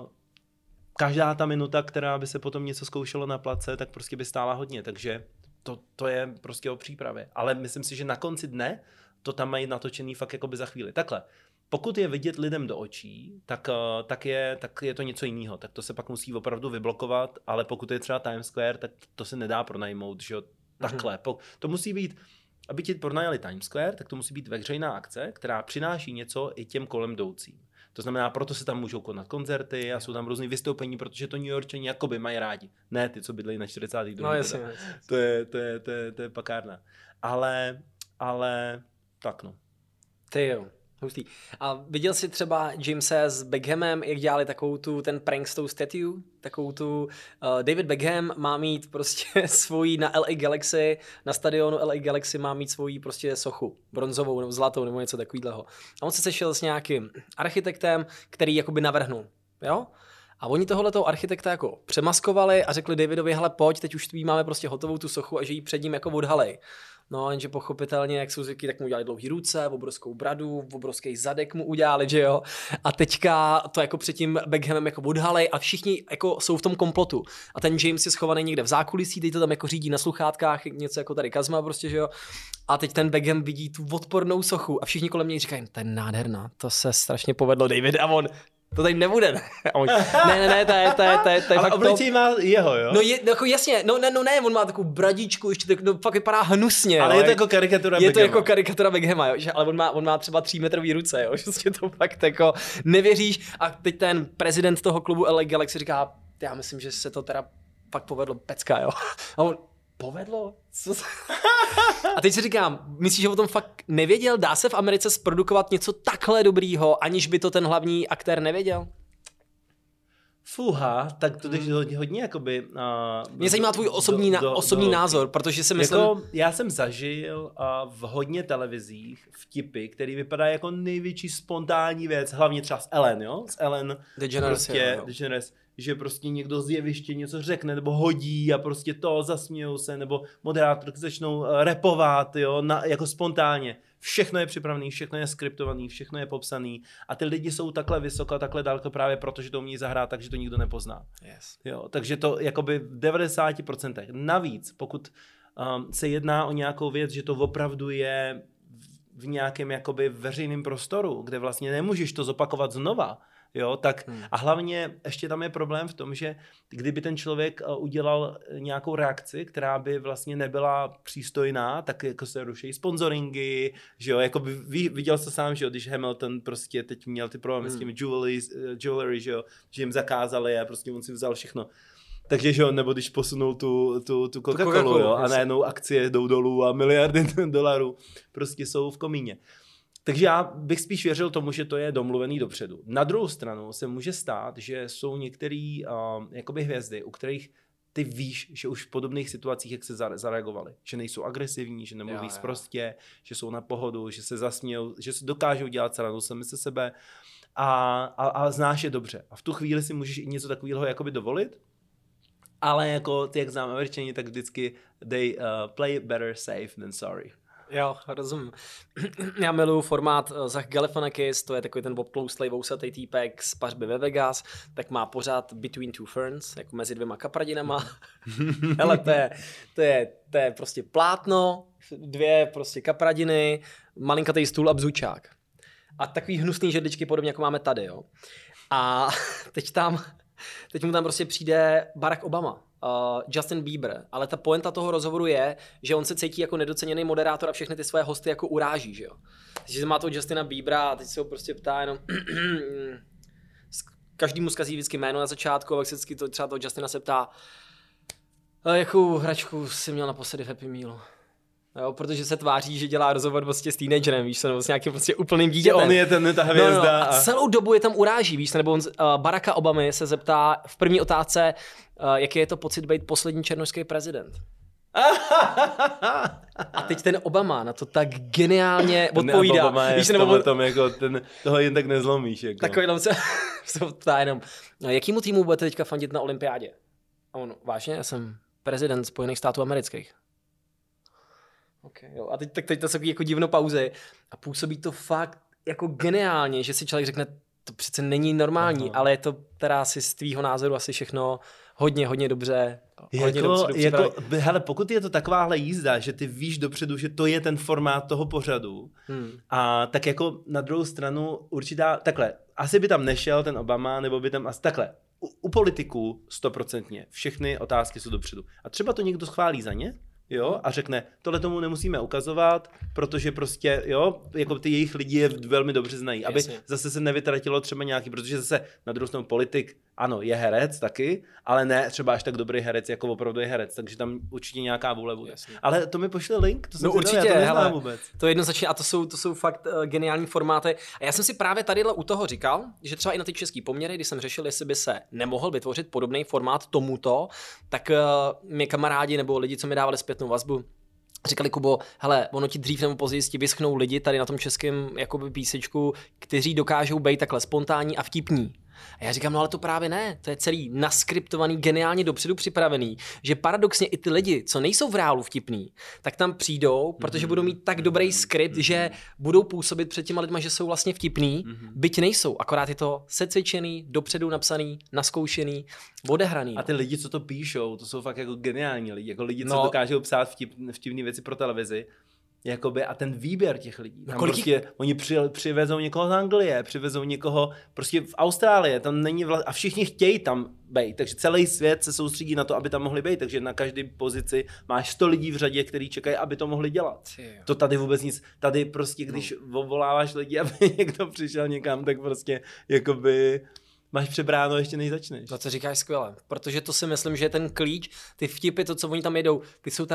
každá ta minuta, která by se potom něco zkoušelo na place, tak prostě by stála hodně, takže to je prostě o přípravě. Ale myslím si, že na konci dne to tam mají natočený fakt jako by za chvíli. Takhle, pokud je vidět lidem do očí, tak je to něco jiného, tak to se pak musí opravdu vyblokovat, ale pokud je třeba Times Square, tak to se nedá pronajmout, že jo, takhle. To musí být, aby ti pronajali Times Square, tak to musí být veřejná akce, která přináší něco i těm kolem jdoucím. To znamená, proto se tam můžou konat koncerty a jsou tam různý vystoupení, protože to New Yorkčani jakoby mají rádi. Ne ty, co bydlejí na 42. No jasně. To je pakárna. Ale tak no. Ty jo. Hustý. A viděl jsi třeba Jamese s Beckhamem, jak dělali ten prank s tou statue? David Beckham má mít prostě svoji na LA Galaxy, na stadionu LA Galaxy má mít svoji prostě sochu, bronzovou nebo zlatou nebo něco takového. A on se sešel s nějakým architektem, který jakoby navrhnul, jo? A oni tohleto architekta jako přemaskovali a řekli Davidovi, hele pojď, teď už máme prostě hotovou tu sochu a že ji před ním jako odhalej. No, jenže pochopitelně, jak jsou zvyklí, tak mu udělali dlouhý ruce, obrovskou bradu, obrovský zadek mu udělali, že jo. A teďka to jako před tím Beckhamem jako odhalej a všichni jako jsou v tom komplotu. A ten James je schovaný někde v zákulisí, teď to tam jako řídí na sluchátkách, něco jako tady Kazma prostě, že jo. A teď ten Beckham vidí tu odpornou sochu a všichni kolem něj říkají, to je nádherná, to se strašně povedlo, David, a on, to tady nebude, ne? Ne, to je ale obličej má jeho, jo? No, jako jasně, no ne, on má takovou bradičku, ještě tak, fakt vypadá hnusně. Ale jo, je to jako karikatura Beckhama. Je to jako karikatura Beckhama, jo, že, ale on má třeba 3metrový ruce, jo, že to fakt jako nevěříš. A teď ten prezident toho klubu LA Galaxy říká, já myslím, že se to teda fakt povedlo pecka, jo. A on, povedlo? Co? A teď si říkám, myslíš, že o tom fakt nevěděl? Dá se v Americe zprodukovat něco takhle dobrýho, aniž by to ten hlavní aktér nevěděl? Fuha, tak to jdeš hodně jakoby... Mě zajímá tvůj osobní názor, protože si myslím... Jako, já jsem zažil v hodně televizích vtipy, který vypadá jako největší spontánní věc, hlavně třeba s Ellen, jo? S Ellen DeGeneres, že prostě někdo z jeviště něco řekne nebo hodí a prostě to, zasmějou se, nebo moderátorky začnou rapovat, jo, jako spontánně. Všechno je připravené, všechno je skriptované, všechno je popsané a ty lidi jsou takhle vysoko, takhle daleko právě proto, že to umí zahrát, takže to nikdo nepozná. Yes. Jo, takže to jakoby v 90%. Navíc, pokud se jedná o nějakou věc, že to opravdu je v nějakém jakoby veřejném prostoru, kde vlastně nemůžeš to zopakovat znova, jo, tak a hlavně ještě tam je problém v tom, že kdyby ten člověk udělal nějakou reakci, která by vlastně nebyla přístojná, tak jako se ruší sponsoringy, že jo, jako by viděl jsi sám, že jo, když Hamilton prostě teď měl ty problémy s těmi jewelry, že jo, že jim zakázali a prostě on si vzal všechno. Takže, že jo, nebo když posunul tu Coca-Colu, jo, a najednou akcie jdou dolů a miliardy dolarů prostě jsou v komíně. Takže já bych spíš věřil tomu, že to je domluvený dopředu. Na druhou stranu se může stát, že jsou některé jakoby hvězdy, u kterých ty víš, že už v podobných situacích, jak se zareagovali. Že nejsou agresivní, že nemluví sprostě, že jsou na pohodu, že se zasmějou, že se dokážou dělat srandu sami se sebe a znáš je dobře. A v tu chvíli si můžeš i něco takového jakoby dovolit, ale jako ty, jak znám Američani, tak vždycky they play better safe than sorry. Jo, rozumím. Já miluju formát Zach Galifianakis, to je takový ten obtloustlej vousatý týpek z pařby ve Vegas, tak má pořád Between Two Ferns, jako mezi dvěma kapradinama. Hele, to je prostě plátno, dvě prostě kapradiny, malinkatý stůl a bzučák. A takový hnusný židličky podobně, jako máme tady, jo. A teď mu tam prostě přijde Barack Obama. Justin Bieber, ale ta pointa toho rozhovoru je, že on se cítí jako nedoceněný moderátor a všechny ty své hosty jako uráží, že jo. Takže má toho Justina Biebera a teď se ho prostě ptá jenom každému zkazí vždycky jméno na začátku a pak se vždycky třeba toho Justina se ptá jakou hračku jsi měl naposledy v Happy Mealu. Jo, protože se tváří, že dělá rozhovor prostě s teenagerem, víš co, nebo s nějakým prostě úplným dítětem. On je ta hvězda. No, a celou dobu je tam uráží, víš co, nebo on Baracka Obamy se zeptá v první otázce, jaký je to pocit být poslední černošský prezident. A teď ten Obama na to tak geniálně odpovídá. Obama je v tom jako toho jen tak nezlomíš. Jako. Takový tam se ptá jenom, jakýmu týmu budete teďka fandit na olympiádě? A on, vážně, já jsem prezident Spojených států amerických. Okay, jo. A teď to jsou jako divno pauzy a působí to fakt jako geniálně, že si člověk řekne, to přece není normální, ale je to teda asi z tvýho názoru asi všechno hodně dobře. Hele, pokud je to takováhle jízda, že ty víš dopředu, že to je ten formát toho pořadu, a tak jako na druhou stranu určitá, takhle, asi by tam nešel ten Obama, nebo by tam asi takhle, u politiků 100%, všechny otázky jsou dopředu. A třeba to někdo schválí za ně, jo, a řekne, tohle tomu nemusíme ukazovat, protože prostě, jo, jako ty jejich lidi je velmi dobře znají, aby zase se nevytratilo třeba nějaký, protože zase na druhou stranu politik, ano, je herec taky, ale ne třeba až tak dobrý herec, jako opravdu je herec, takže tam určitě nějaká vůle bude. Jasně. Ale to mi pošle link, to jsem určitě, já to neznám vůbec. To jednoznačně, a to jsou fakt geniální formáty. A já jsem si právě tadyhle u toho říkal, že třeba i na ty český poměry, když jsem řešil, jestli by se nemohl vytvořit podobný formát tomuto, tak mě kamarádi nebo lidi, co mi dávali zpětnou vazbu, říkali, Kubo, hele, ono ti dřív nebo později vyschnou lidi tady na tom českém jakoby písečku, kteří dokážou být takhle spontánní a vtipní. A já říkám, no ale to právě ne, to je celý naskriptovaný, geniálně dopředu připravený, že paradoxně i ty lidi, co nejsou v reálu vtipný, tak tam přijdou, protože budou mít tak dobrý skript, že budou působit před těma lidma, že jsou vlastně vtipný, byť nejsou, akorát je to secvičený, dopředu napsaný, naskoušený, odehraný. A ty lidi, co to píšou, to jsou fakt jako geniální lidi, jako lidi, co dokážou psát vtipné věci pro televizi. Jakoby, a ten výběr těch lidí. Tam prostě oni přivezou někoho z Anglie, přivezou někoho prostě v Austrálii, tam není a všichni chtějí tam být, takže celý svět se soustředí na to, aby tam mohli být, takže na každé pozici máš 100 lidí v řadě, kteří čekají, aby to mohli dělat. To tady vůbec nic, tady prostě, když voláváš lidi, aby někdo přišel někam, tak prostě jakoby máš přebráno ještě než začneš. No to říkáš skvěle, protože to si myslím, že je ten klíč, ty vtipy, to, co oni tam jedou, ty jsou tak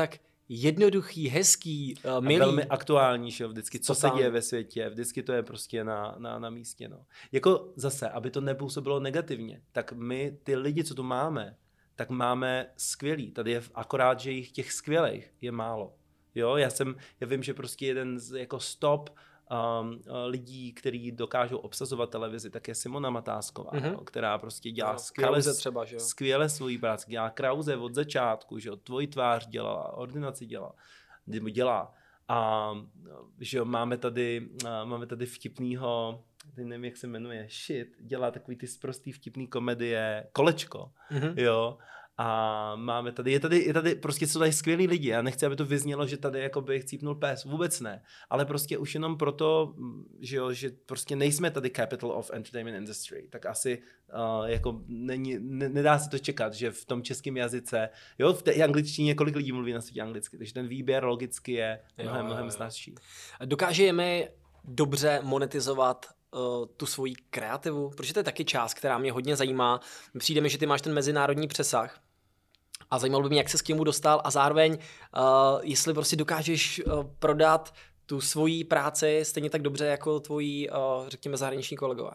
jednoduchý, hezký, milý. A velmi aktuální, že vždycky, co Totálně. se děje ve světě, vždycky to je prostě na místě. No. Jako zase, aby to nepůsobilo negativně, tak my ty lidi, co tu máme, tak máme skvělý. Tady je akorát, že jich těch skvělých je málo. Jo, já vím, že prostě jeden z jako stop lidí, kteří dokážou obsazovat televizi, tak je Simona Matásková, která prostě dělá skvěle svoji práci. Dělá Krause od začátku, že Tvoji tvář dělala, Ordinaci dělá. A že jo, máme tady vtipnýho, nevím, jak se jmenuje, dělá takový ty sprostý vtipný komedie, Kolečko, jo. A máme tady, je tady, prostě jsou tady skvělí lidi. Já nechci, aby to vyznělo, že tady jakoby chcípnul pes. Vůbec ne. Ale prostě už jenom proto, že jo, že prostě nejsme tady capital of entertainment industry, tak asi jako nedá se to čekat, že v tom českém jazyce, jo, v té angličtině kolik lidí mluví na světě anglicky, takže ten výběr logicky je mnohem snazší. Dokážeme dobře monetizovat tu svoji kreativu, protože to je taky část, která mě hodně zajímá. Přijde mi, že ty máš ten mezinárodní přesah a zajímalo by mě, jak se s k němu dostal a zároveň, jestli prostě dokážeš prodat tu svoji práci stejně tak dobře jako tvoji, řekněme, zahraniční kolegové.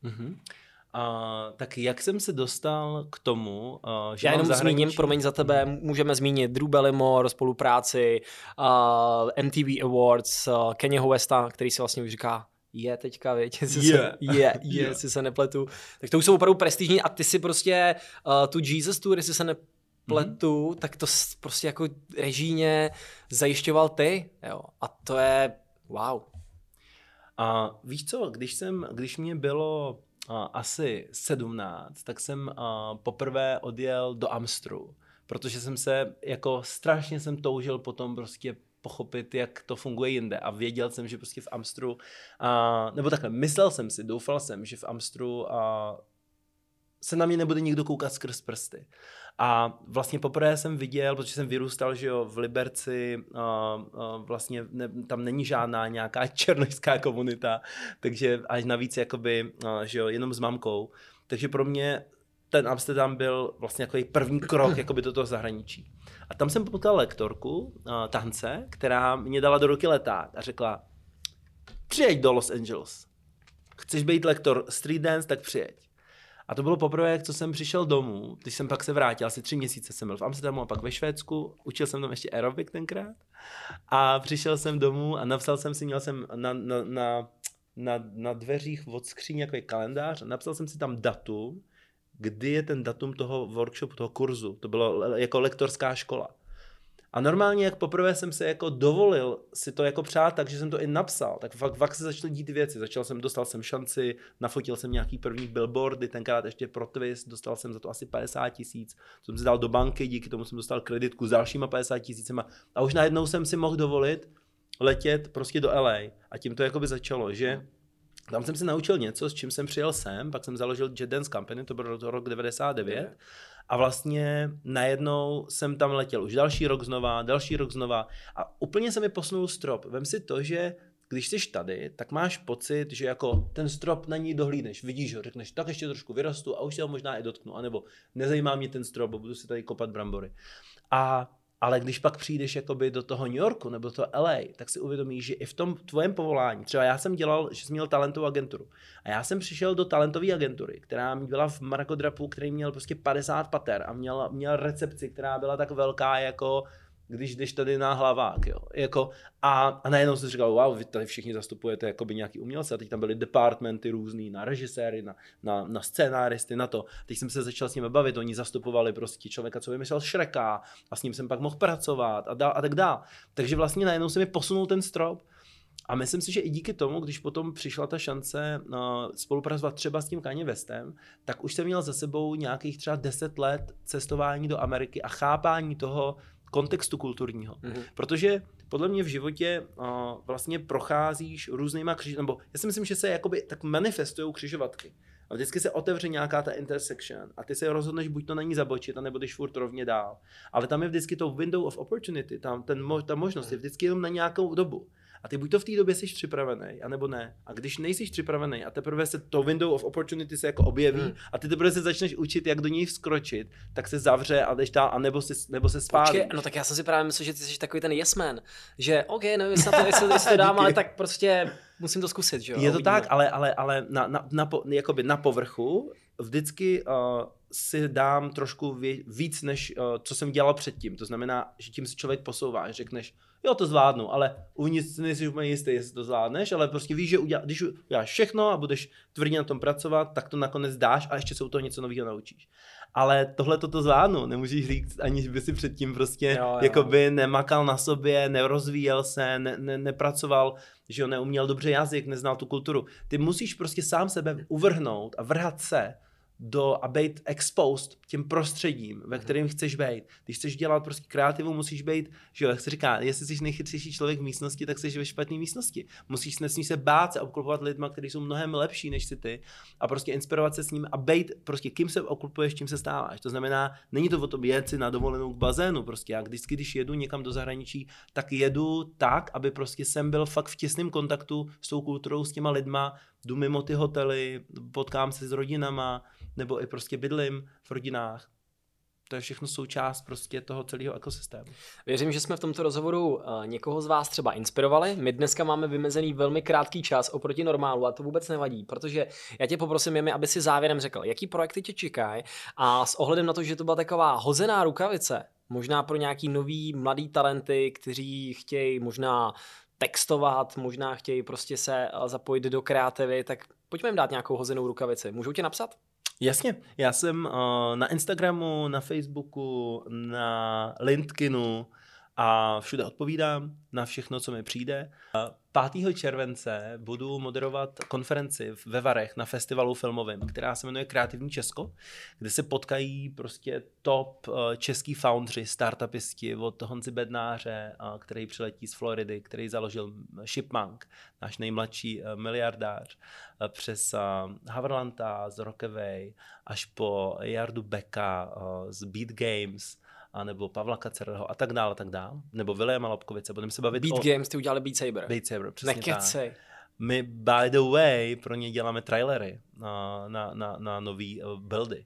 Tak jak jsem se dostal k tomu, že já jenom zmíním, promiň za tebe, můžeme zmínit Drew Barrymore, spolupráci, MTV Awards, Kanyeho Westa, který si vlastně už říká teďka, jestli se nepletu. Tak to už jsou opravdu prestižní a ty si prostě tu Jesus Tour, jestli se nepletu, tak to prostě jako režijně zajišťoval ty. Jo. A to je wow. A víš co, když mě bylo asi 17, tak jsem poprvé odjel do Amstru, protože jsem se jako strašně jsem toužil potom prostě pochopit, jak to funguje jinde a věděl jsem, že prostě v Amstru, nebo takhle, myslel jsem si, doufal jsem, že v Amstru se na mě nebude nikdo koukat skrz prsty. A vlastně poprvé jsem viděl, protože jsem vyrůstal, že jo, v Liberci, vlastně tam není žádná nějaká černošská komunita, takže až navíc jakoby, že jo, jenom s mamkou. Takže pro mě ten Amsterdam byl vlastně jako první krok jakoby do toho zahraničí. A tam jsem potkal lektorku tance, která mě dala do ruky leták a řekla, přijeď do Los Angeles. Chceš být lektor street dance, tak přijeď. A to bylo poprvé, co jsem přišel domů, když jsem pak se vrátil, asi 3 měsíce jsem byl v Amsterdamu a pak ve Švédsku, učil jsem tam ještě aerobik tenkrát a přišel jsem domů a napsal jsem si, měl jsem na dveřích od skříně jako kalendář a napsal jsem si tam datum, kdy je ten datum toho workshopu, toho kurzu. To bylo jako lektorská škola. A normálně, jak poprvé jsem se jako dovolil si to jako přát, takže jsem to i napsal, tak fakt se začaly dít věci. Dostal jsem šanci, nafotil jsem nějaký první billboardy, tenkrát ještě pro Twist, dostal jsem za to asi 50 000, jsem si dal do banky, díky tomu jsem dostal kreditku s dalšíma 50 000 a už najednou jsem si mohl dovolit letět prostě do LA. A tím to jakoby začalo, že tam jsem si naučil něco, s čím jsem přijel sem, pak jsem založil Jet Dance Company, to byl rok 99 a vlastně najednou jsem tam letěl už další rok znova a úplně se mi posunul strop. Vem si to, že když jsi tady, tak máš pocit, že jako ten strop na ní dohlídneš, vidíš ho, řekneš, tak ještě trošku vyrostu a už se ho možná i dotknu, anebo nezajímá mě ten strop, budu si tady kopat brambory. Ale když pak přijdeš jakoby do toho New Yorku nebo do toho LA, tak si uvědomíš, že i v tom tvojem povolání, třeba já jsem dělal, že jsem měl talentovou agenturu a já jsem přišel do talentové agentury, která byla v mrakodrapu, který měl prostě 50 pater a měl recepci, která byla tak velká jako když jdeš tady na Hlavák, jo. Jako, a najednou jsem říkal, wow, vy tady všichni zastupujete jakoby nějaký umělce a teď tam byly departmenty různý, na režiséry, na scénáristy, na to. Teď jsem se začal s nimi bavit, oni zastupovali prostě člověka, co vymyslel Shreka a s ním jsem pak mohl pracovat a tak dál. Takže vlastně najednou se mi posunul ten strop. A myslím si, že i díky tomu, když potom přišla ta šance spolupracovat třeba s tím Kanye Westem, tak už jsem měl za sebou nějakých třeba 10 let cestování do Ameriky a chápání toho kontextu kulturního. Protože podle mě v životě vlastně procházíš různýma nebo já si myslím, že se jakoby tak manifestují křižovatky. A vždycky se otevře nějaká ta intersection a ty se rozhodneš, buď to na ní zabočit, anebo jdeš furt rovně dál. Ale tam je vždycky to window of opportunity, ta možnost je vždycky jenom na nějakou dobu. A ty buď to v té době jsi připravený, anebo ne. A když nejsi připravený a teprve se to window of opportunity se jako objeví a ty teprve se začneš učit, jak do něj vskročit, tak se zavře a jdeš dál, a nebo se spálí. No tak já jsem si právě myslel, že ty jsi takový ten yes man, že OK, nevím, jestli to dám, ale tak prostě musím to zkusit, že jo. Je to tak, ale na povrchu vždycky si dám trošku víc, než co jsem dělal předtím. To znamená, že tím se člověk posouvá, řekneš, jo, to zvládnu, ale uvnitř nejsi úplně jistý, jestli to zvládneš, ale prostě víš, že když uděláš všechno a budeš tvrdě na tom pracovat, tak to nakonec dáš a ještě se u toho něco nového naučíš. Ale tohle to zvládnu, nemůžeš říct, aniž by si předtím prostě jakoby nemakal na sobě, nerozvíjel se, nepracoval, že jo, neuměl dobře jazyk, neznal tu kulturu. Ty musíš prostě sám sebe uvrhnout a vrhat se a být exposed tím prostředím, ve kterém chceš být. Když chceš dělat prostě kreativu, musíš být, že jo, jak se říká, jestli jsi nejchytřejší člověk v místnosti, tak jsi ve špatné místnosti. Nesmíš se bát se obklopovat lidma, kteří jsou mnohem lepší než si ty a prostě inspirovat se s nimi a být prostě kým se obklopuješ, čím se stáváš. To znamená, není to o tom jet si na dovolenou k bazénu prostě. Já když jedu někam do zahraničí, tak jedu tak, aby prostě jsem byl fakt v těsném kontaktu s tou kulturou, s těma lidma, jdu mimo ty hotely, potkám se s rodinama, nebo i prostě bydlím v rodinách. To je všechno součást prostě toho celého ekosystému. Věřím, že jsme v tomto rozhovoru někoho z vás třeba inspirovali. My dneska máme vymezený velmi krátký čas oproti normálu a to vůbec nevadí, protože já tě poprosím, Jimi, aby si závěrem řekl, jaký projekty tě čekají a s ohledem na to, že to byla taková hozená rukavice, možná pro nějaký nový mladý talenty, kteří chtějí možná textovat, možná chtějí prostě se zapojit do kreativy, tak pojďme jim dát nějakou hozenou rukavici. Můžou tě napsat? Jasně, já jsem na Instagramu, na Facebooku, na LinkedInu a všude odpovídám na všechno, co mi přijde. 5. července budu moderovat konferenci ve Varech na festivalu filmovém, která se jmenuje Kreativní Česko, kde se potkají prostě top český foundři, startupisti od Honzy Bednáře, který přiletí z Floridy, který založil Shipmonk, náš nejmladší miliardář, přes Haverlanta z Rockaway až po Jardu Beka z Beat Games, a nebo Pavla Kacerleho a tak dále, nebo Williama Lobkovice. Budeme se bavit Beat Games, ty udělali Beat Saber. Beat Saber, přesně Nekecej. tak. My, by the way, pro ně děláme trailery na nový buildy.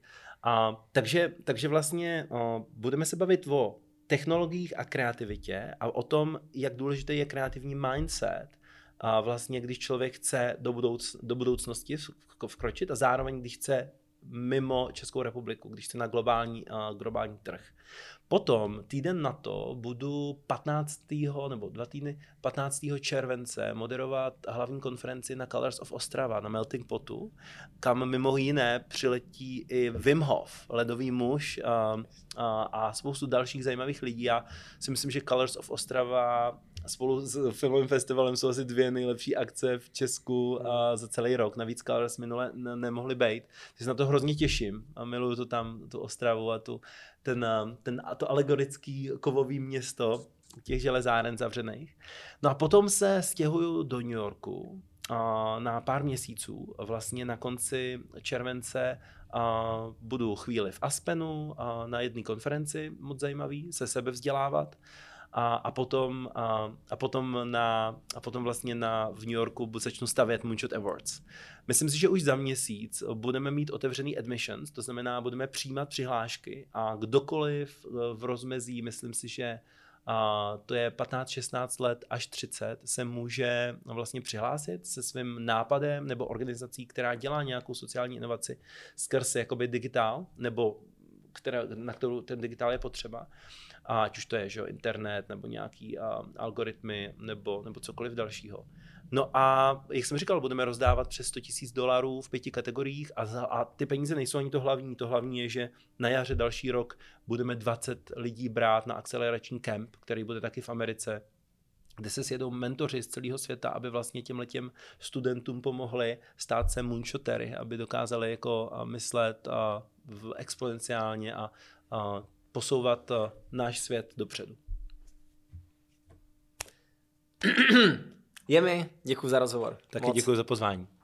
Takže vlastně budeme se bavit o technologiích a kreativitě a o tom, jak důležitý je kreativní mindset. A vlastně, když člověk chce do budoucnosti vkročit a zároveň, když chce mimo Českou republiku, když chce na globální trh. Potom týden na to budu 15. nebo 2 týdny 15. července moderovat hlavní konferenci na Colors of Ostrava na Melting Potu, kam mimo jiné přiletí i Wim Hof, ledový muž a spoustu dalších zajímavých lidí. Já si myslím, že Colors of Ostrava spolu s filmovým festivalem jsou asi 2 nejlepší akce v Česku za celý rok. Navíc Colors minule nemohli být. Takže se na to hrozně těším a miluju to tam, tu Ostravu a to alegorický kovový město těch železáren zavřených. No a potom se stěhuju do New Yorku na pár měsíců. Vlastně na konci července budu chvíli v Aspenu na jedné konferenci, moc zajímavý, se sebe vzdělávat. A potom vlastně v New Yorku začnu stavět Moonshot Awards. Myslím si, že už za měsíc budeme mít otevřený admissions, to znamená, budeme přijímat přihlášky a kdokoliv v rozmezí, myslím si, že to je 15-16 let až 30, se může vlastně přihlásit se svým nápadem nebo organizací, která dělá nějakou sociální inovaci skrze jakoby digitál, nebo na kterou ten digitál je potřeba. Ať už to je, že jo, internet nebo nějaký algoritmy nebo cokoliv dalšího. No a jak jsem říkal, budeme rozdávat přes $100,000 v 5 kategoriích a ty peníze nejsou ani to hlavní. To hlavní je, že na jaře další rok budeme 20 lidí brát na akcelerační camp, který bude taky v Americe, kde se sjedou mentoři z celého světa, aby vlastně těmhletěm studentům pomohli stát se moonshotery, aby dokázali jako myslet exponenciálně a posouvat náš svět dopředu. Jimi, děkuji za rozhovor. Taky děkuji za pozvání.